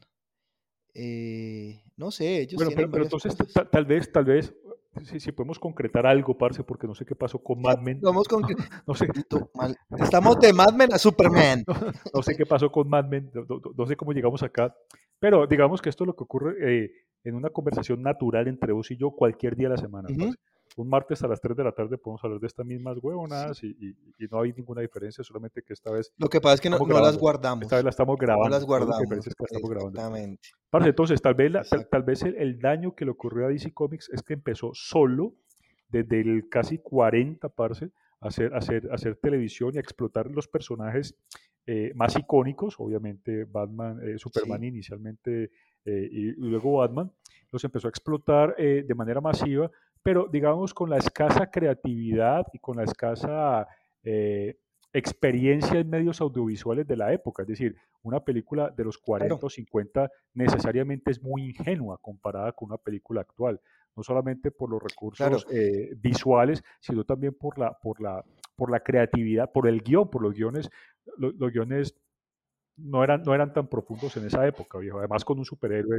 Eh, no sé, ellos Bueno, pero, tienen pero varias entonces ta- cosas. ta- tal vez, tal vez, si, si podemos concretar algo, parce, porque no sé qué pasó con Mad Men. Vamos con que No sé, listo, mal. Estamos de Mad Men a Superman. no, no sé qué pasó con Mad Men, no, no- no sé cómo llegamos acá, pero digamos que esto es lo que ocurre eh, en una conversación natural entre vos y yo cualquier día de la semana, Ujú. parce. Un martes a las tres de la tarde podemos hablar de estas mismas Sí. huevonadas y, y- y no hay ninguna diferencia, solamente que esta vez Lo que pasa es que no, estamos no las grabando. Esta vez guardamos. la estamos No grabando. las La única guardamos. diferencia es que la estamos grabando. Exactamente. Parce, entonces, tal vez, la- tal, Exacto. tal vez el, el daño que le ocurrió a D C Comics es que empezó solo, desde el casi cuarenta, parce, a hacer, a hacer, a hacer televisión y a explotar los personajes eh, más icónicos, obviamente Batman, eh, Superman Sí, inicialmente eh, y, y luego Batman, los empezó a explotar eh, de manera masiva, pero digamos con la escasa creatividad y con la escasa eh, experiencia en medios audiovisuales de la época. Es decir, una película de los cuarenta claro, o cincuenta necesariamente es muy ingenua comparada con una película actual, no solamente por los claro. recursos eh, visuales, sino también por la, por, la, por la creatividad, por el guión, por los guiones. Los, los guiones no eran, no eran tan profundos en esa época, viejo. Además con un superhéroe,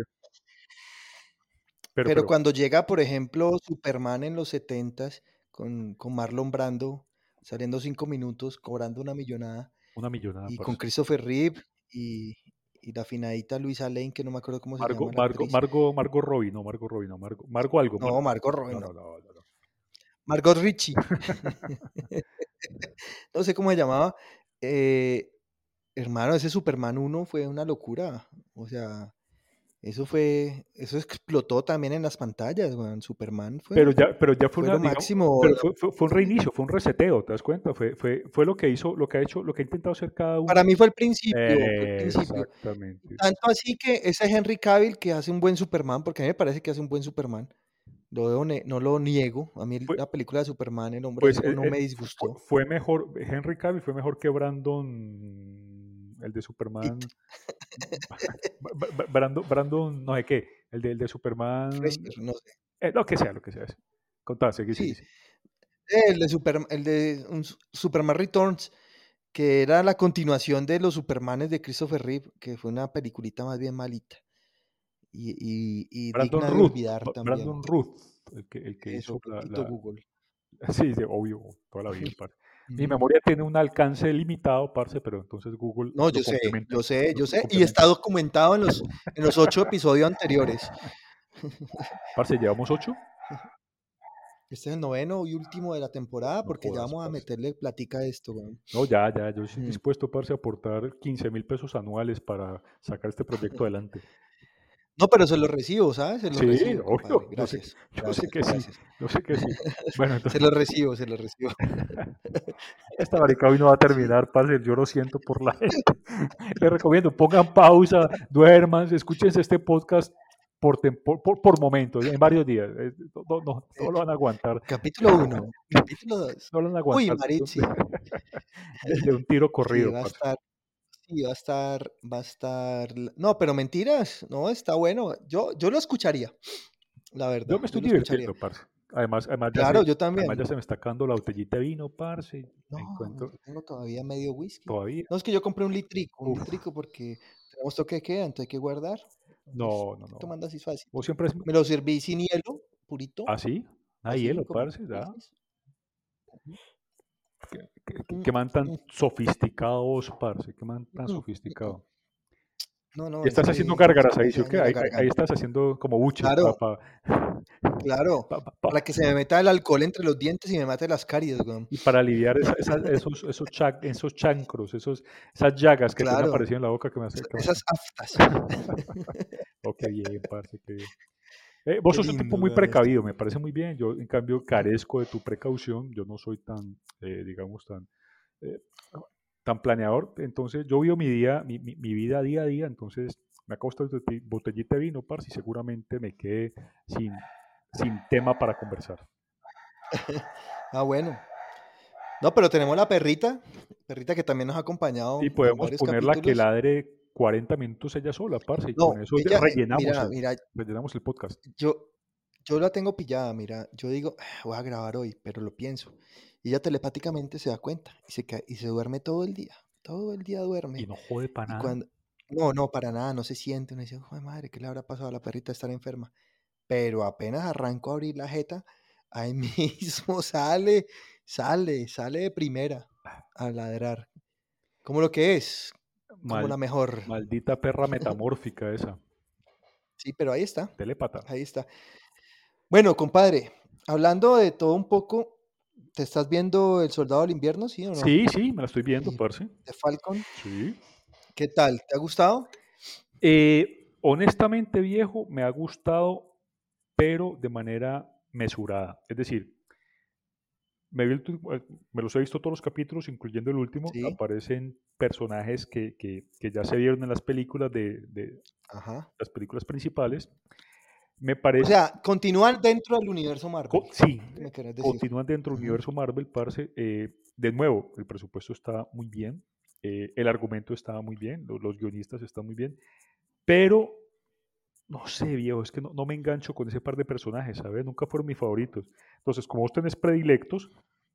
pero, Pero pero, cuando llega, por ejemplo, Superman en los setentas con, con Marlon Brando, saliendo cinco minutos, cobrando una millonada, Una millonada, y con parce. Christopher Reeve y, y la finadita Luisa Lane, que no me acuerdo cómo se Margot, llama la Margot, actriz. Margot, Margot Robbie, no, Margot Robbie, no, Margot, Margot algo, No, Margot. Margot Robbie, No, no. no, no, no, no. Margot Richie. No sé cómo se llamaba. Eh, hermano, ese Superman uno fue una locura. O sea, eso fue, eso explotó también en las pantallas, weón. Superman Pero fue, ya, pero ya fue fue una, lo digamos, máximo. pero fue, fue, fue un reinicio, fue un reseteo, ¿te das cuenta? Fue, fue, fue lo que hizo, lo que ha hecho, lo que ha intentado hacer cada uno. Para mí fue el principio, fue el Eh, principio. exactamente. Tanto así que ese Henry Cavill que hace un buen Superman, porque a mí me parece que hace un buen Superman, lo debo ne- no lo niego. A mí Fue, la película de Superman, El Hombre de pues Acero, eh, no eh, me fue, disgustó. fue mejor, Henry Cavill fue mejor que Brandon, el de It. Superman, Ba- Ba- Brandon, Brandon, no sé qué, el de, el de Superman, Fraser, no sé. eh, lo que sea, lo que sea. Sí. Contá, seguí, seguí, Sí, sí. el de, Super, el de un Su- Superman Returns, que era la continuación de los Supermanes de Christopher Reeve, que fue una peliculita más bien malita y, y- y Brandon digna de Ruth, olvidar Ba- también. Brandon Ruth, el que, el que Eso, hizo la, Pepito la, Google. sí, de obvio, toda la vida, parce. Mi Ujú. memoria tiene un alcance limitado, parce, pero entonces Google No, lo yo sé, complementa, yo sé, lo, yo lo sé, y está complementa. documentado en los, en los ocho episodios anteriores. Parce, ¿llevamos ocho? Este es el noveno y último de la temporada, No porque ya jodas, vamos a parce. meterle platica a esto, weón. No, ya, ya, yo estoy Mm. dispuesto, parce, a aportar quince mil pesos anuales para sacar este proyecto adelante. No, pero se lo recibo, ¿sabes? Se lo Sí, recibo, compadre. obvio, yo sé, que- Gracias, yo sé gracias, que sí, gracias. yo sé que sí. Bueno, Se entonces, lo recibo, se lo recibo. esta marica hoy no va a Sí. terminar, parce, yo lo siento por la gente. Les recomiendo, pongan pausa, duerman, escúchense este podcast por, tem- por, por- por momentos, en varios días. Eh, No, no, no, Eh, no lo van a aguantar, capítulo uno, capítulo dos. no lo van a Uy, aguantar Maritzi. de, de un tiro Sí, corrido, va a parce. estar, sí, va a estar, va a estar. la- No, pero mentiras, no, está bueno. Yo, yo lo escucharía, la Yo verdad, me yo estoy lo escucharía. divirtiendo, parce. Además, además, ya Claro, se, yo además ya también. se me está acabando la botellita de vino, parce. Me No, encuentro yo tengo todavía medio whisky. todavía. No, es que yo compré un litrico, un Uf, litrico porque tenemos toque de queda, entonces hay que guardar. Entonces, no, no, estoy no. tomando así fácil. Vos siempre es Me lo serví sin hielo, purito, así, nada de así hielo, como. parce, Sí, ya. sí, sí. Ujú. ¿Qué, qué, qué- Mm, qué man tan mm, sofisticados, parce? ¿Qué man tan mm, mm, mm. sofisticado? No, Y no, es estás haciendo que se gárgaras me ahí, hace ¿sí o qué? daño la Ahí, ahí- ahí garganta. estás haciendo como buches para... Claro, Pa, claro. pa- pa- pa- Para que se me meta el alcohol entre los dientes y me mate las caries, weón. y para aliviar esa- esa- esos, esos, cha- esos chancros, esos, esas llagas que te han Claro, aparecido en la boca que me hace... esa- Que me esas hace- aftas. Oh, qué bien, parce, qué bien. Eh, vos Qué sos un tipo lindo, muy weón, esto. precavido, me parece muy bien. Yo, en cambio, carezco de tu precaución. Yo no soy tan, eh, digamos, tan, eh, tan planeador. Entonces, yo vivo mi día, mi, mi- mi vida día a día. Entonces, me acabo esta bote- botellita de vino, parce, y seguramente me quede sin, sin tema para conversar. Ah, bueno. No, pero tenemos la perrita, perrita que también nos ha acompañado Y en podemos varios ponerla que capítulos. ladre cuarenta minutos ella sola, parce, y con No, eso ya ella, eh, rellenamos mira, el, mira, rellenamos el podcast. yo, yo la tengo pillada, mira, yo digo, "Ah, voy a grabar hoy, pero lo pienso. Y ella telepáticamente se da cuenta y se, ca- y se duerme todo el día, todo el día Y duerme. no jode para Y nada. cuando, no, no, para nada, no se siente, uno dice, joder, madre, ¿qué le habrá pasado a la perrita de estar enferma? Pero apenas arranco a abrir la jeta, ahí mismo sale, sale, sale de primera a ladrar. Como lo que es, como Mal, la mejor. maldita perra metamórfica esa. Sí, pero ahí está, Telépata. ahí está. Bueno, compadre, hablando de todo un poco, ¿te estás viendo El Soldado del Invierno, sí o no? Sí, sí, me la estoy viendo, Y parce. de Falcon, Sí. ¿qué tal? ¿Te ha gustado? Eh, honestamente, viejo, me ha gustado, pero de manera mesurada. Es decir, me, vi el tu- eh, me los he visto todos los capítulos, incluyendo el último. Sí, Aparecen personajes que, que- que ya se vieron en las películas de, de ajá. las películas principales. Me O parece, sea, continúan dentro del universo Marvel, co- sí, ¿qué eh, me querés decir? continúan dentro del Ujú. universo Marvel, parce. Eh, de nuevo, el presupuesto está muy bien, eh, el argumento está muy bien, lo- los guionistas están muy bien, pero no sé, viejo, es que no, no me engancho con ese par de personajes, ¿sabes? Nunca fueron mis favoritos. Entonces, como vos tenés predilectos,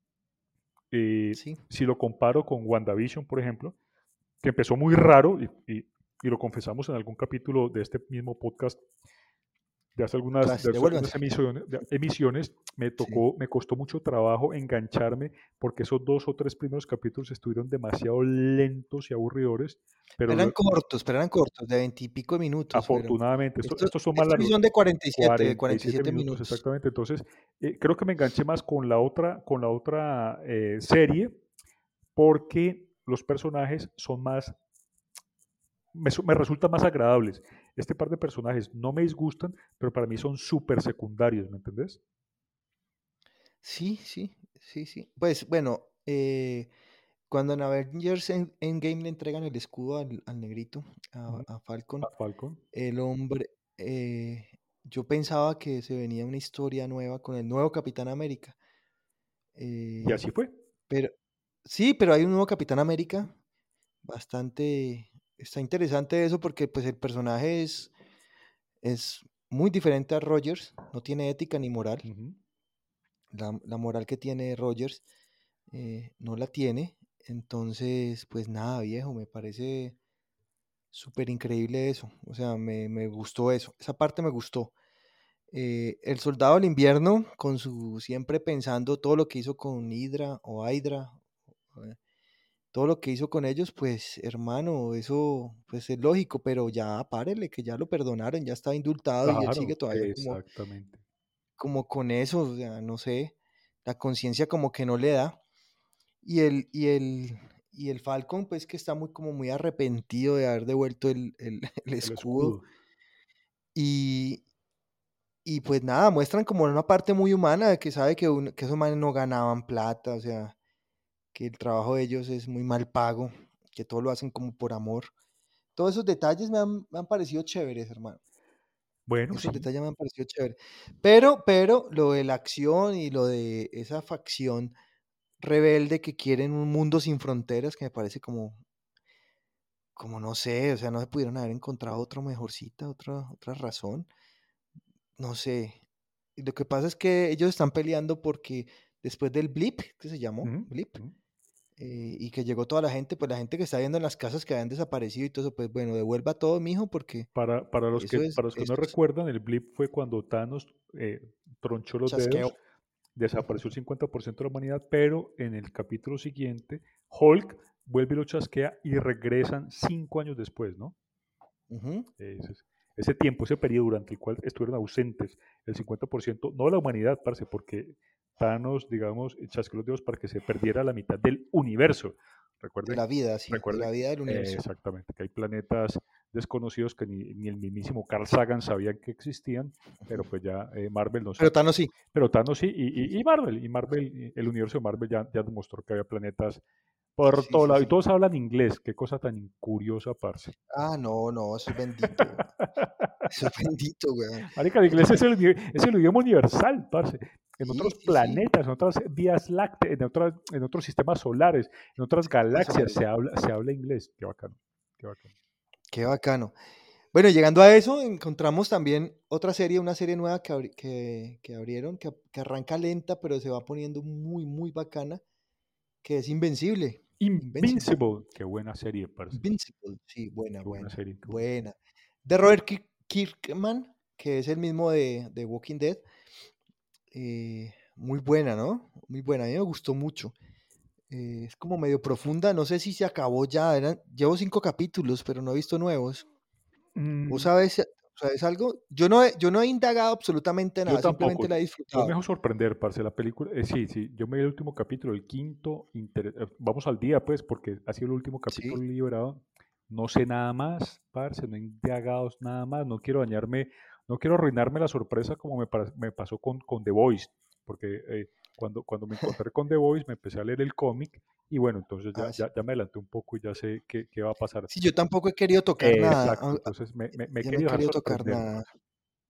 eh, Sí, si lo comparo con WandaVision, por ejemplo, que empezó muy raro y, y- y lo confesamos en algún capítulo de este mismo podcast, de hace algunas, Tras, de hace algunas devuélvanse. emisiones, de- emisiones, me Sí. tocó, me costó mucho trabajo engancharme porque esos dos o tres primeros capítulos estuvieron demasiado lentos y aburridores, pero Eran lue- cortos, pero eran cortos, de veintipico minutos fueron. afortunadamente, esto- Estos, estos son más estos sí largos, son de cuarenta y siete, de cuarenta y cuarenta y siete siete minutos minutos. exactamente. Entonces, eh, creo que me enganché más con la otra, con la otra eh, serie porque los personajes son más, me, su- me resultan más agradables. Este par de personajes no me disgustan, pero para mí son súper secundarios, ¿me entendés? Sí, sí, sí, sí. Pues bueno, eh, cuando en Avengers End- Endgame le entregan el escudo al, al negrito, a, Ujú. a A Falcon, Falcon. el hombre, eh, yo pensaba que se venía una historia nueva con el nuevo Capitán América. Y eh, así fue. pero sí, pero hay un nuevo Capitán América bastante, está interesante eso porque pues el personaje es, es muy diferente a Rogers, no tiene ética ni moral. Ujú. La, la moral que tiene Rogers eh, no la tiene. Entonces, pues nada, viejo, me parece súper increíble eso. O sea, me, me gustó eso. Esa parte me gustó. Eh, el soldado del invierno, con su siempre pensando todo lo que hizo con Hydra o Hydra, eh, todo lo que hizo con ellos, pues hermano, eso pues es lógico, pero ya párele, que ya lo perdonaron, ya está indultado y él sigue Claro, todavía como, exactamente. como con eso, o sea, no sé, la conciencia como que no le da. Y el, y el, y el Falcon, pues que está muy como muy arrepentido de haber devuelto el, el- el El escudo. escudo. Y, y pues nada, muestran como una parte muy humana de que sabe que, un- que esos manes no ganaban plata, o sea, que el trabajo de ellos es muy mal pago, que todo lo hacen como por amor. Todos esos detalles me han, me han parecido chéveres, hermano. Bueno, Esos sí. detalles me han parecido chéveres. Pero, pero lo de la acción y lo de esa facción rebelde que quieren un mundo sin fronteras, que me parece como, como no sé, o sea, no se pudieron haber encontrado otra mejorcita, otra, otra razón, no sé. Y lo que pasa es que ellos están peleando porque después del blip, que se llamó, Ujú, blip, ujú. eh, y que llegó toda la gente, pues la gente que está viendo en las casas que habían desaparecido y todo eso, pues bueno, devuelva todo, mijo, porque Para, para los que, eso es, para los que eso no es recuerdan, el blip fue cuando Thanos eh, tronchó los chasqueo. dedos, desapareció el cincuenta por ciento de la humanidad, pero en el capítulo siguiente, Hulk vuelve y lo chasquea y regresan cinco años después, ¿no? Ujú. Ese, es- ese tiempo, ese periodo durante el cual estuvieron ausentes el cincuenta por ciento, no de la humanidad, parce, porque Thanos, digamos, chasqueó los dedos para que se perdiera la mitad del universo. De Recuerden, la vida, sí, de recuerden, la vida del eh, universo. exactamente, que hay planetas desconocidos que ni, ni el mismísimo Carl Sagan sabía que existían, pero pues ya eh, Marvel nos... Pero Thanos sí. Pero Thanos sí, y, y- y Marvel, y Marvel, el universo de Marvel ya, ya demostró que había planetas por Sí, todo sí, lado, y sí. todos hablan inglés, qué cosa tan curiosa, parce. Ah, no, no, eso es bendito. Eso es bendito, weón. Marica, el Eso inglés es es- el, idi- es el idioma universal, parce. En Sí, otros sí, sí. planetas, en otras vías lácteas, en, otras, en otros sistemas solares, en otras Sistemas galaxias solares. se habla, se habla inglés. Qué bacano, qué bacano. Qué bacano. Bueno, llegando a eso, encontramos también otra serie, una serie nueva que, abri- que, que abrieron, que, que arranca lenta, pero se va poniendo muy, muy bacana, que es Invencible. Invincible. Invincible, qué buena serie, parce. Invincible, sí, buena, Qué buena buena, serie, qué buena serie. buena. De Robert Kirk- Kirkman, que es el mismo de, de Walking Dead. eh, muy buena, ¿no? Muy buena, a mí me gustó mucho. Eh, es como medio profunda, no sé si se acabó ya, eran- llevo cinco capítulos, pero no he visto nuevos. ¿Vos Mm, sabes, sabes algo? Yo no he, yo no he indagado absolutamente yo nada, simplemente tampoco. la he Vos me disfrutado. dejó sorprender, parce, la película. Eh, sí, sí, yo me vi el último capítulo, el quinto. inter- eh, Vamos al día, pues, porque ha sido el último Sí, capítulo liberado. No sé nada más, parce, no he indagado nada más. No quiero dañarme, no quiero arruinarme la sorpresa como me, pa- me pasó con, con The Voice, porque eh, cuando, cuando me encontré con The Voice me empecé a leer el cómic y bueno, entonces ya, ah, sí. ya, ya me adelanté un poco y ya sé qué, qué va a pasar. Sí, yo tampoco he querido tocar Eh, nada. exacto, ah, ah, entonces me, me, me he Yo no he querido dejar querido tocar sorprender, nada. parce.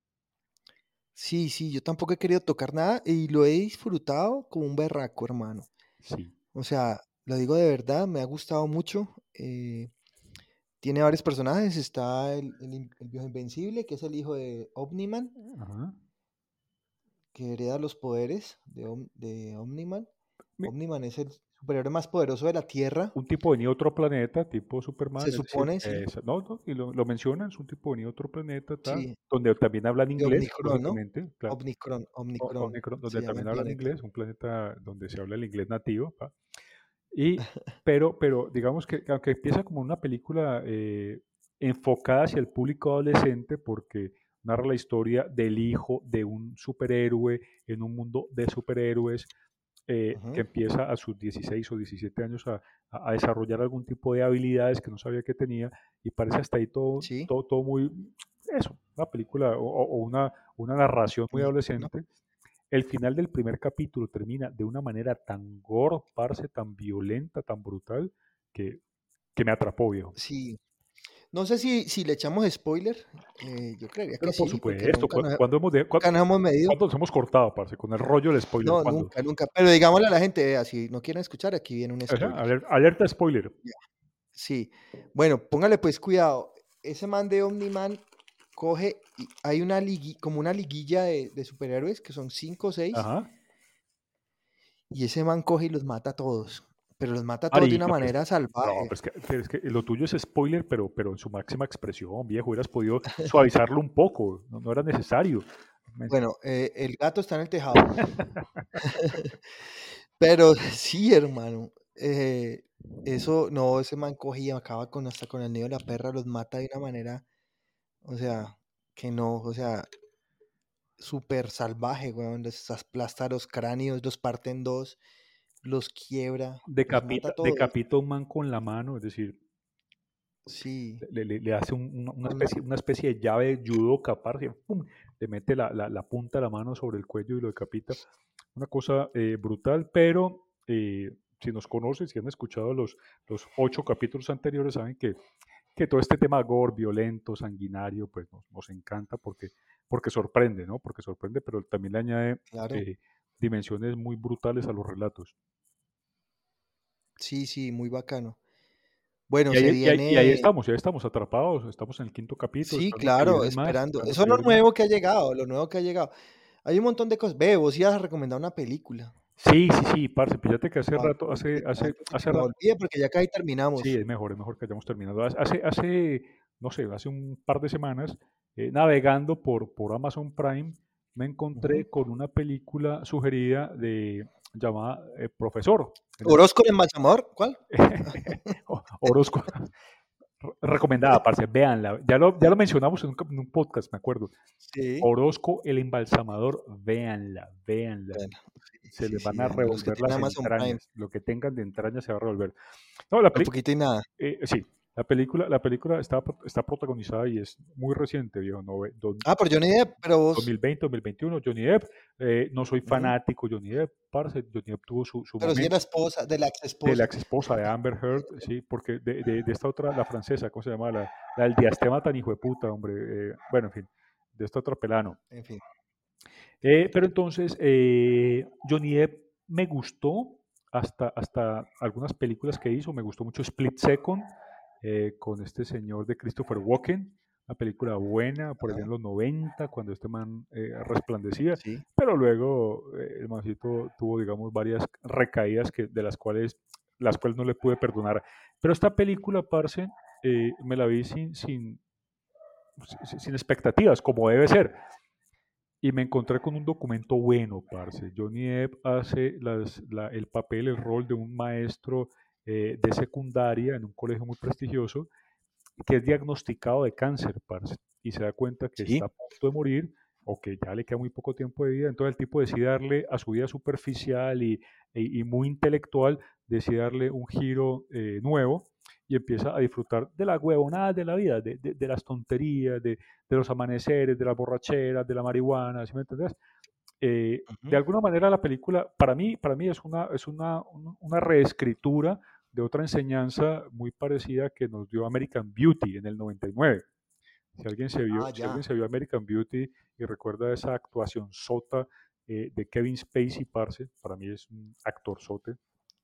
Sí, sí, yo tampoco he querido tocar nada y lo he disfrutado como un berraco, hermano. Sí. O sea, lo digo de verdad, me ha gustado mucho. eh, tiene varios personajes. Está el, el, in- el viejo invencible, que es el hijo de Omniman, Ajá. que hereda los poderes de, Om- de Omniman. Mi- Omniman es el superhéroe más poderoso de la Tierra, Un tipo venía de otro planeta, tipo se Superman, es decir, supone, sí, eh, esa- no, no, y lo, lo mencionan, es un tipo venido de otro planeta, ta, sí, donde también hablan de inglés, Omnicron, ¿no? lógicamente, claro, Omnicron, o- Omnicron Omicron, se donde llama el también hablan planeta. inglés, un planeta donde se habla el inglés nativo, pa. Y, pero, pero digamos que aunque empieza como una película eh, enfocada hacia el público adolescente, porque narra la historia del hijo de un superhéroe en un mundo de superhéroes, eh, que Ujú, empieza a sus dieciséis o diecisiete años a, a- a desarrollar algún tipo de habilidades que no sabía que tenía, y parece hasta ahí todo, sí, todo, todo muy, eso, una película o, o- o una, una narración muy muy, ¿no? adolescente. El final del primer capítulo termina de una manera tan gore, parce, tan violenta, tan brutal, que, que me atrapó, viejo. Sí. No sé si, si le echamos spoiler, eh, yo creería que Pero por sí, porque supuesto, nunca cu- nos, cuando hemos, de- cua- nunca nos hemos medido. ¿cuándo nos hemos cortado, parce, con el rollo del spoiler? No, ¿Cuándo? nunca, nunca. Pero digámosle a la gente, vea, si no quieren escuchar, aquí viene un Ajá, spoiler. aler- alerta spoiler. Ya. Sí. Bueno, póngale pues cuidado. Ese man de Omniman coge, y hay una ligui, como una liguilla de, de superhéroes, que son cinco o seis, Ajá. y ese man coge y los mata a todos. Pero los mata a todos de una Marica, pero es que, manera no, salvaje. pero es que, pero es que lo tuyo es spoiler, pero, pero en su máxima expresión, viejo. Hubieras podido suavizarlo un poco, no, no era necesario. Men- Bueno, eh, el gato está en el tejado. Pero sí, hermano. eh, eso, no, ese man cogía, acaba con hasta con el nido de la perra, los mata de una manera, o sea, que no, o sea, súper salvaje, weón. Les aplasta los cráneos, los parte en dos, los quiebra, los mata Decapita, a todos. decapita a un man con la mano, es decir, Sí, le, le- le hace un- una, una con la, especie, una especie de llave de judo capaz, y ¡pum! Le mete la, la- la punta de la mano sobre el cuello y lo decapita. Una cosa eh, brutal, pero eh, si nos conocen, si han escuchado los, los ocho capítulos anteriores, saben que, que todo este tema gore, violento, sanguinario, pues nos, nos encanta porque, porque sorprende, ¿no? Porque sorprende, pero también le añade claro. eh, dimensiones muy brutales a los relatos. Sí, sí, muy bacano. Bueno, Y se ahí, y ahí- y ahí viene, estamos, ya estamos atrapados, estamos en el quinto capítulo, sí, esperando que claro, vienen más, esperando. esperando Eso que es lo vienen más. nuevo que ha llegado, lo nuevo que ha llegado. Hay un montón de cosas. Ve, vos ibas a recomendar una película. Sí, sí, sí, parce, fíjate que hace ¿Cuál? rato, Porque hace, hace, antes de que hace se me rato, olvide, porque ya casi sí, terminamos. es mejor, es mejor que hayamos terminado. Hace, hace, hace, no sé, hace un par de semanas, eh, navegando por, por Amazon Prime, me Ujú. encontré con una película sugerida de, llamada eh, Profesor, en el- Orozco en Embalsamador, ¿cuál? O- Orozco, re- recomendada, parce, véanla. Ya lo, ya lo mencionamos en un, cap- en un podcast, me acuerdo. Sí. Orozco, el embalsamador, véanla, véanla. Bueno, sí, Se sí, les van sí, a bueno, los que revolver las tienen Amazon Prime, entrañas. Lo que tengan de entrañas se va a revolver. No, la lo peli- poquito y nada. eh, sí, la película, la película está, pro- está protagonizada y es muy reciente, viejo, no, Don- Ah, por Johnny Depp, pero vos, dos mil veinte, dos mil veintiuno, Johnny Depp. Eh, no soy ujú, fanático de Johnny Depp, parce, Johnny Depp tuvo su, su pero sí es la momento. esposa, de la ex De la esposa. ex esposa de Amber Heard, sí, porque de, de- de esta otra, la francesa, ¿cómo se llama? La, la del diastema tan hijo de puta, hombre. eh, bueno, en fin, de esta otra pelano. En fin. Eh, pero entonces, eh, Johnny Depp me gustó hasta, hasta algunas películas que hizo. Me gustó mucho Split Second, eh, con este señor de Christopher Walken. Una película buena por allá en Ajá, los noventa cuando este man eh, resplandecía. sí. Pero luego eh, el mancito tuvo, digamos, varias recaídas que, de las cuales, las cuales no le pude perdonar. Pero esta película, parce, eh, me la vi sin, sin, sin sin expectativas, como debe ser. Y me encontré con un documento bueno, parce. Johnny Depp hace las- la- el papel, el rol de un maestro eh, de secundaria en un colegio muy prestigioso, que es diagnosticado de cáncer, parce, y se da cuenta que Sí. está a punto de morir o que ya le queda muy poco tiempo de vida. Entonces el tipo decide darle a su vida superficial y, y- y muy intelectual, decide darle un giro eh, nuevo y empieza a disfrutar de las huevonadas de la vida, de, de- de las tonterías, de, de los amaneceres, de las borracheras, de la marihuana, ¿sí me entendés? Eh, de Ujú. alguna manera la película, para mí, para mí es una, es una, un- una reescritura de otra enseñanza muy parecida que nos dio American Beauty en el noventa y nueve. Si alguien se vio, Ah, si alguien ya. se vio American Beauty y recuerda esa actuación sota eh, de Kevin Spacey, parce, para mí es un actor sote.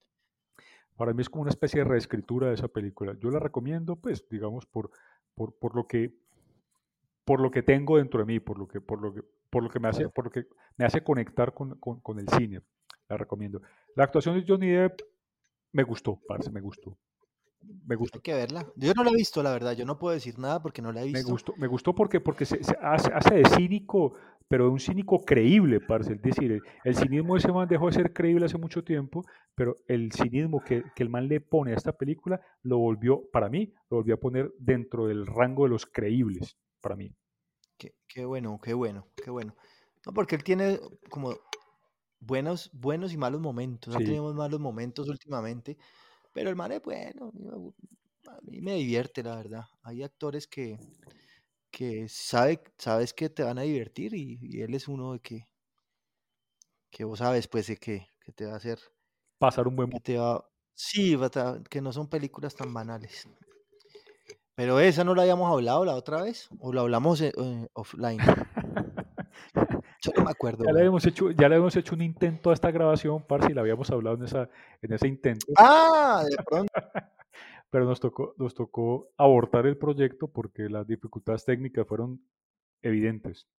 Para mí es como una especie de reescritura de esa película. Yo la recomiendo, pues, digamos, por, por, por lo que por lo que tengo dentro de mí, por lo que, por lo que, por lo que me hace, Claro. por lo que me hace conectar con, con- con el cine. La recomiendo. La actuación de Johnny Depp, Me gustó, parce, me gustó. Me Hay gustó. que verla. Yo no la he visto, la verdad. Yo no puedo decir nada porque no la he Me visto. gustó, me gustó porque, porque se, se hace, hace de cínico, pero de un cínico creíble, parce. Es decir, el, el cinismo de ese man dejó de ser creíble hace mucho tiempo, pero el cinismo que, que el man le pone a esta película lo volvió, para mí, lo volvió a poner dentro del rango de los creíbles, para mí. Qué, qué bueno, qué bueno, qué bueno. No, porque él tiene como buenos, buenos y malos momentos. Ha Sí, tenido malos momentos últimamente, pero el man es bueno. A mí me divierte, la verdad. Hay actores que, que sabe, sabes que te van a divertir y, y él es uno de que, que vos sabes, pues, de que, que te va a hacer, pasar un buen que momento. te va, sí, va a- que no son películas tan banales. Pero esa no la habíamos hablado la otra vez, o la hablamos eh, eh, offline. Yo no me acuerdo, Ya le weón. habíamos hecho, ya le habíamos hecho un intento a esta grabación, parce, y la habíamos hablado en, esa, en ese intento, Ah, de pronto. pero nos tocó, nos tocó abortar el proyecto porque las dificultades técnicas fueron evidentes.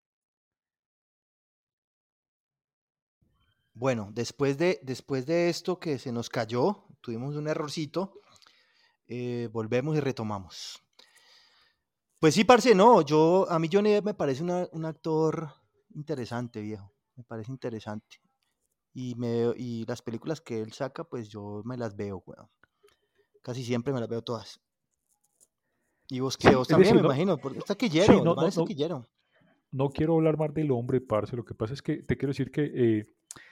Bueno, después de, después de esto que se nos cayó, tuvimos un errorcito, eh, volvemos y retomamos. Pues sí, parce, no, yo, a mí Johnny Depp me parece una- un actor interesante, viejo, me parece interesante. Y, me, veo- y las películas que él saca, pues yo me las veo, weón. Casi siempre me las veo todas. Y vos qué, Sí, vos es también, decir, me no, imagino, porque está sí, quillero, el no, man no, está no, quillero. no quiero hablar más del hombre, parce. Lo que pasa es que te quiero decir que eh,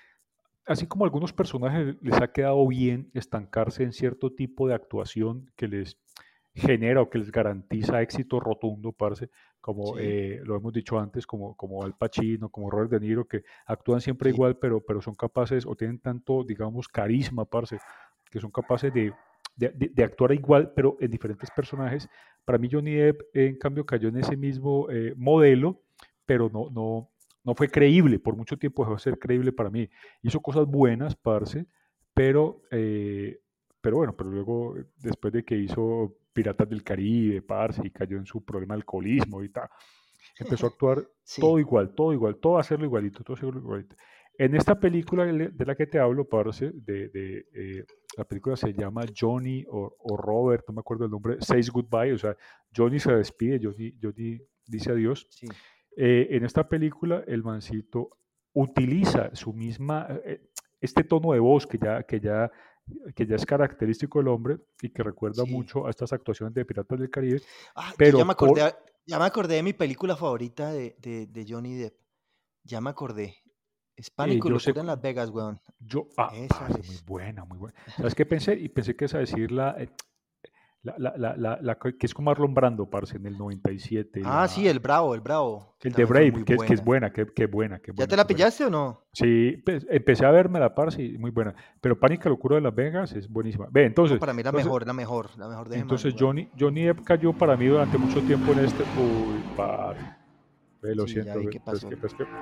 así como a algunos personajes les ha quedado bien estancarse en cierto tipo de actuación que les genera o que les garantiza éxito rotundo, parce, como Sí, eh, lo hemos dicho antes, como, como Al Pacino, como Robert De Niro, que actúan siempre sí, igual, pero, pero son capaces o tienen tanto, digamos, carisma, parce, que son capaces de, de, de- de actuar igual, pero en diferentes personajes. Para mí Johnny Depp, en cambio, cayó en ese mismo eh, modelo, pero no, no, no fue creíble, por mucho tiempo dejó de ser creíble para mí. Hizo cosas buenas, parce, pero, eh, pero bueno, pero luego, después de que hizo Piratas del Caribe, parce, y cayó en su problema de alcoholismo y tal, empezó a actuar sí, todo igual, todo igual, todo a hacerlo igualito, todo a hacerlo igualito. En esta película de la que te hablo, parce, de, de eh, la película se llama Johnny o, o Robert, no me acuerdo el nombre, Says Goodbye, o sea, Johnny se despide, Johnny, Johnny dice adiós. sí. Eh, en esta película, el mancito utiliza su misma, eh, este tono de voz que ya, que, ya, que ya es característico del hombre y que recuerda Sí. mucho a estas actuaciones de Piratas del Caribe, Ah, yo ya pero me acordé, por... a- ya me acordé de mi película favorita de, de, de Johnny Depp. Ya me acordé. Es eh, Pánico y yo sé, Locura en Las Vegas, weón. yo, ah, Esa parce, muy es. buena, muy buena. ¿Sabes qué pensé? Y pensé que esa decir la, eh, la, la, la, la, la que que es con Marlon Brando, parce, en el noventa y siete, Ah, sí, la, el Bravo, el Bravo, que el de también fue muy Brave, que es, que es buena. buena, que, que buena, que ¿Ya buena, te que la buena. pillaste o no? Sí, pues, empecé a verme la par, sí, muy buena. Pero Pánica Locura de Las Vegas es buenísima. Ve, No, entonces, para mí la entonces, mejor, la mejor, la mejor de ese man, entonces weón. Johnny, Johnny Depp cayó para mí durante mucho tiempo en este. Uy, par, ve, lo Sí, ya siento, vi ve, qué pero es pasó. que, pero es que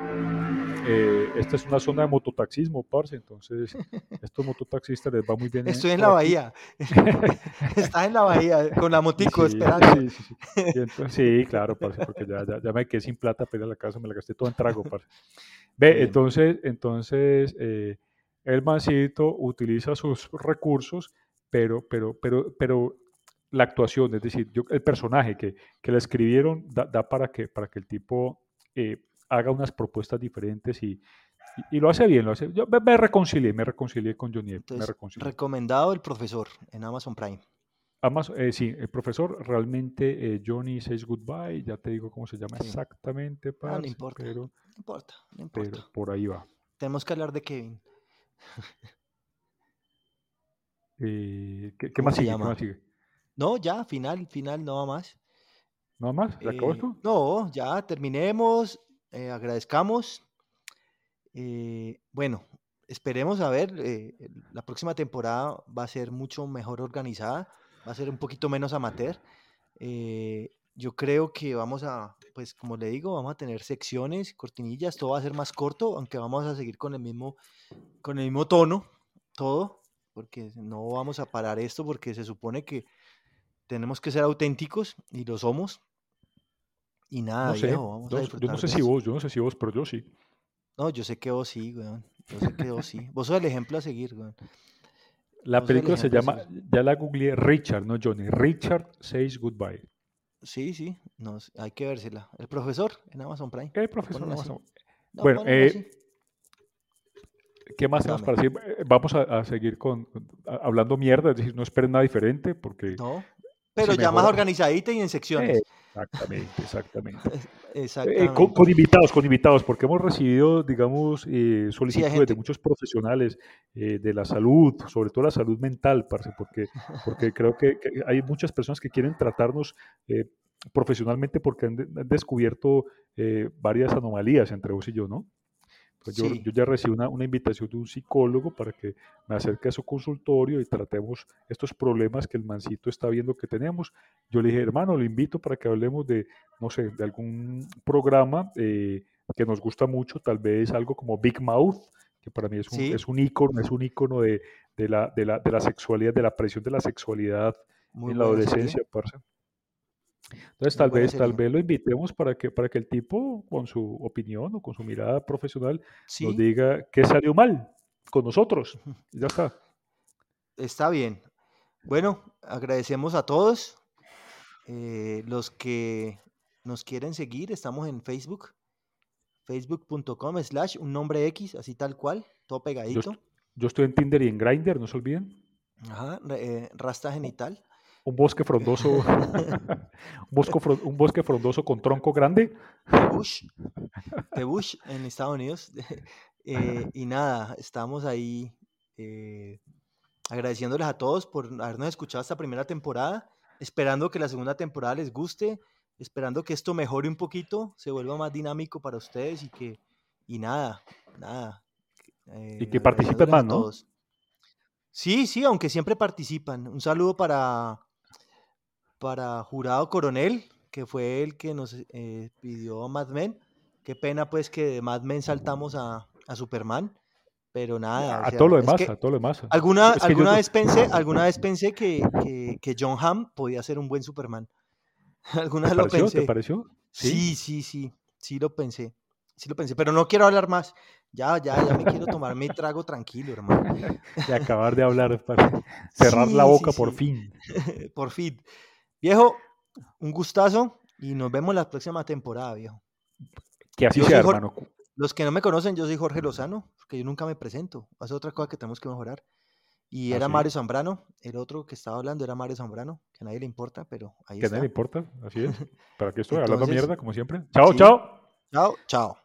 eh, esta es una zona de mototaxismo, parce. Entonces, estos mototaxistas les va muy bien eh, Estoy en la por aquí. bahía. Estás en la bahía con la Y motico sí, esperando. sí, sí, sí. Y entonces, sí, claro, parce, porque ya, ya, ya me quedé sin plata para ir a la casa, me la gasté todo en trago, parce. Ve, Bien. entonces, entonces eh, el mancito utiliza sus recursos, pero, pero, pero, pero la actuación, es decir, yo, el personaje que, que le escribieron da, da para, que, para que el tipo eh, haga unas propuestas diferentes y, y, y lo hace bien, lo hace. Yo me, me reconcilié, me reconcilié con Johnny Depp, me Entonces, reconcilié. recomendado El Profesor en Amazon Prime. Además, eh, sí, el profesor realmente eh, Johnny Says Goodbye, ya te digo cómo se llama Sí. exactamente, Ah, no parce, importa. pero, No importa, no importa. pero por ahí va. Tenemos que hablar de Kevin. Eh, ¿qué, qué ¿Cómo más se sigue? ¿Qué más llama? sigue? No, ya, final, final, no va más. ¿Nada más? ¿Se acabó Eh, esto? no, ya terminemos, eh, agradezcamos. Eh, bueno, esperemos a ver, eh, el- la próxima temporada va a ser mucho mejor organizada, va a ser un poquito menos amateur. Eh, yo creo que vamos a, pues como le digo, vamos a tener secciones, cortinillas, todo va a ser más corto, aunque vamos a seguir con el mismo, con el mismo tono, todo, porque no vamos a parar esto porque se supone que tenemos que ser auténticos y lo somos. Y nada, No sé, viejo, vamos a no- yo no disfrutar sé de si esto. vos, yo no sé si vos, pero yo sí. No, yo sé que vos sí, weón. Yo sé que vos sí. Vos sos el ejemplo a seguir, weón. La Vamos a ver el película se ejemplo llama, suyo. ya la googleé, Richard, no Johnny. Richard Says Goodbye. Sí, sí, no, s- hay que vérsela. El profesor en Amazon Prime. El Lo profesor ponen así. Amazon. Lo Bueno, ponen así. eh, ¿qué más tenemos Dame. para decir? Eh, Vamos a, a seguir con, a- hablando mierda, es decir, no esperen nada diferente, porque No. Pero si ya más mejora. organizadita y en Eh, secciones. exactamente, exactamente. Eh, con, Exactamente. con invitados, con invitados, porque hemos recibido, digamos, eh, Sí, hay solicitudes de gente. muchos profesionales eh, de la salud, sobre todo la salud mental, parce, porque, porque creo que, que hay muchas personas que quieren tratarnos eh, profesionalmente porque han, de- han descubierto eh, varias anomalías entre vos y yo, ¿no? Pues yo, Sí, yo ya recibí una, una invitación de un psicólogo para que me acerque a su consultorio y tratemos estos problemas que el mancito está viendo que tenemos. Yo le dije, hermano, lo invito para que hablemos de, no sé, de algún programa eh, que nos gusta mucho, tal vez algo como Big Mouth, que para mí es un, sí. es un ícono, es un ícono de, de la, de, la, de la sexualidad, de la presión de la sexualidad Muy en la buena serie. adolescencia, parce. Entonces, Muy tal buena vez, tal serie. vez lo invitemos para que, para que el tipo, con su opinión o con su mirada profesional, nos Sí, diga qué salió mal con nosotros. Y ya está. está bien. Bueno, agradecemos a todos. eh, los que nos quieren seguir, estamos en Facebook. Facebook.com slash un nombre X, así tal cual, todo Yo, est- pegadito. yo estoy en Tinder y en Grindr, no se olviden. Ajá, re- eh, rasta Un, genital. un bosque frondoso, un, bosco fron- un bosque frondoso con tronco grande. The Bush, The Bush en Estados Unidos. Eh, y nada, estamos ahí eh, agradeciéndoles a todos por habernos escuchado esta primera temporada, esperando que la segunda temporada les guste, esperando que esto mejore un poquito, se vuelva más dinámico para ustedes y que, y nada, nada, Y eh, que participen agradeciéndoles a más, ¿no? todos. Sí, sí, aunque siempre participan. Un saludo para, para Jurado Coronel, que fue el que nos eh, pidió Mad Men. Qué pena pues que de Mad Men saltamos a, a Superman, pero nada, o A, a todo sea, lo es demás, a que todo lo demás. alguna, Es que yo alguna no, vez pensé, alguna vez pensé que, que, que John Hamm podía ser un buen Superman. Alguna ¿te vez lo pareció? ¿Te pensé. pareció? Sí. Sí, sí, sí, sí lo pensé. Sí lo pensé, pero no quiero hablar más. Ya, ya, ya me quiero tomar mi trago tranquilo, hermano. De acabar de hablar, parce. Cerrar la Sí, sí, boca por sí. fin. Por fin. Viejo, un gustazo y nos vemos la próxima temporada, viejo. Que así Yo sea, soy Jorge, hermano. los que no me conocen, yo soy Jorge Lozano, porque yo nunca me presento. Hace otra cosa que tenemos que mejorar. Y era Así. Mario Zambrano, el otro que estaba hablando era Mario Zambrano, que a nadie le importa, pero ahí Que a nadie le está. importa, así es. Pero aquí estoy hablando Entonces, mierda, como siempre. Chao, sí, chao. chao, chao.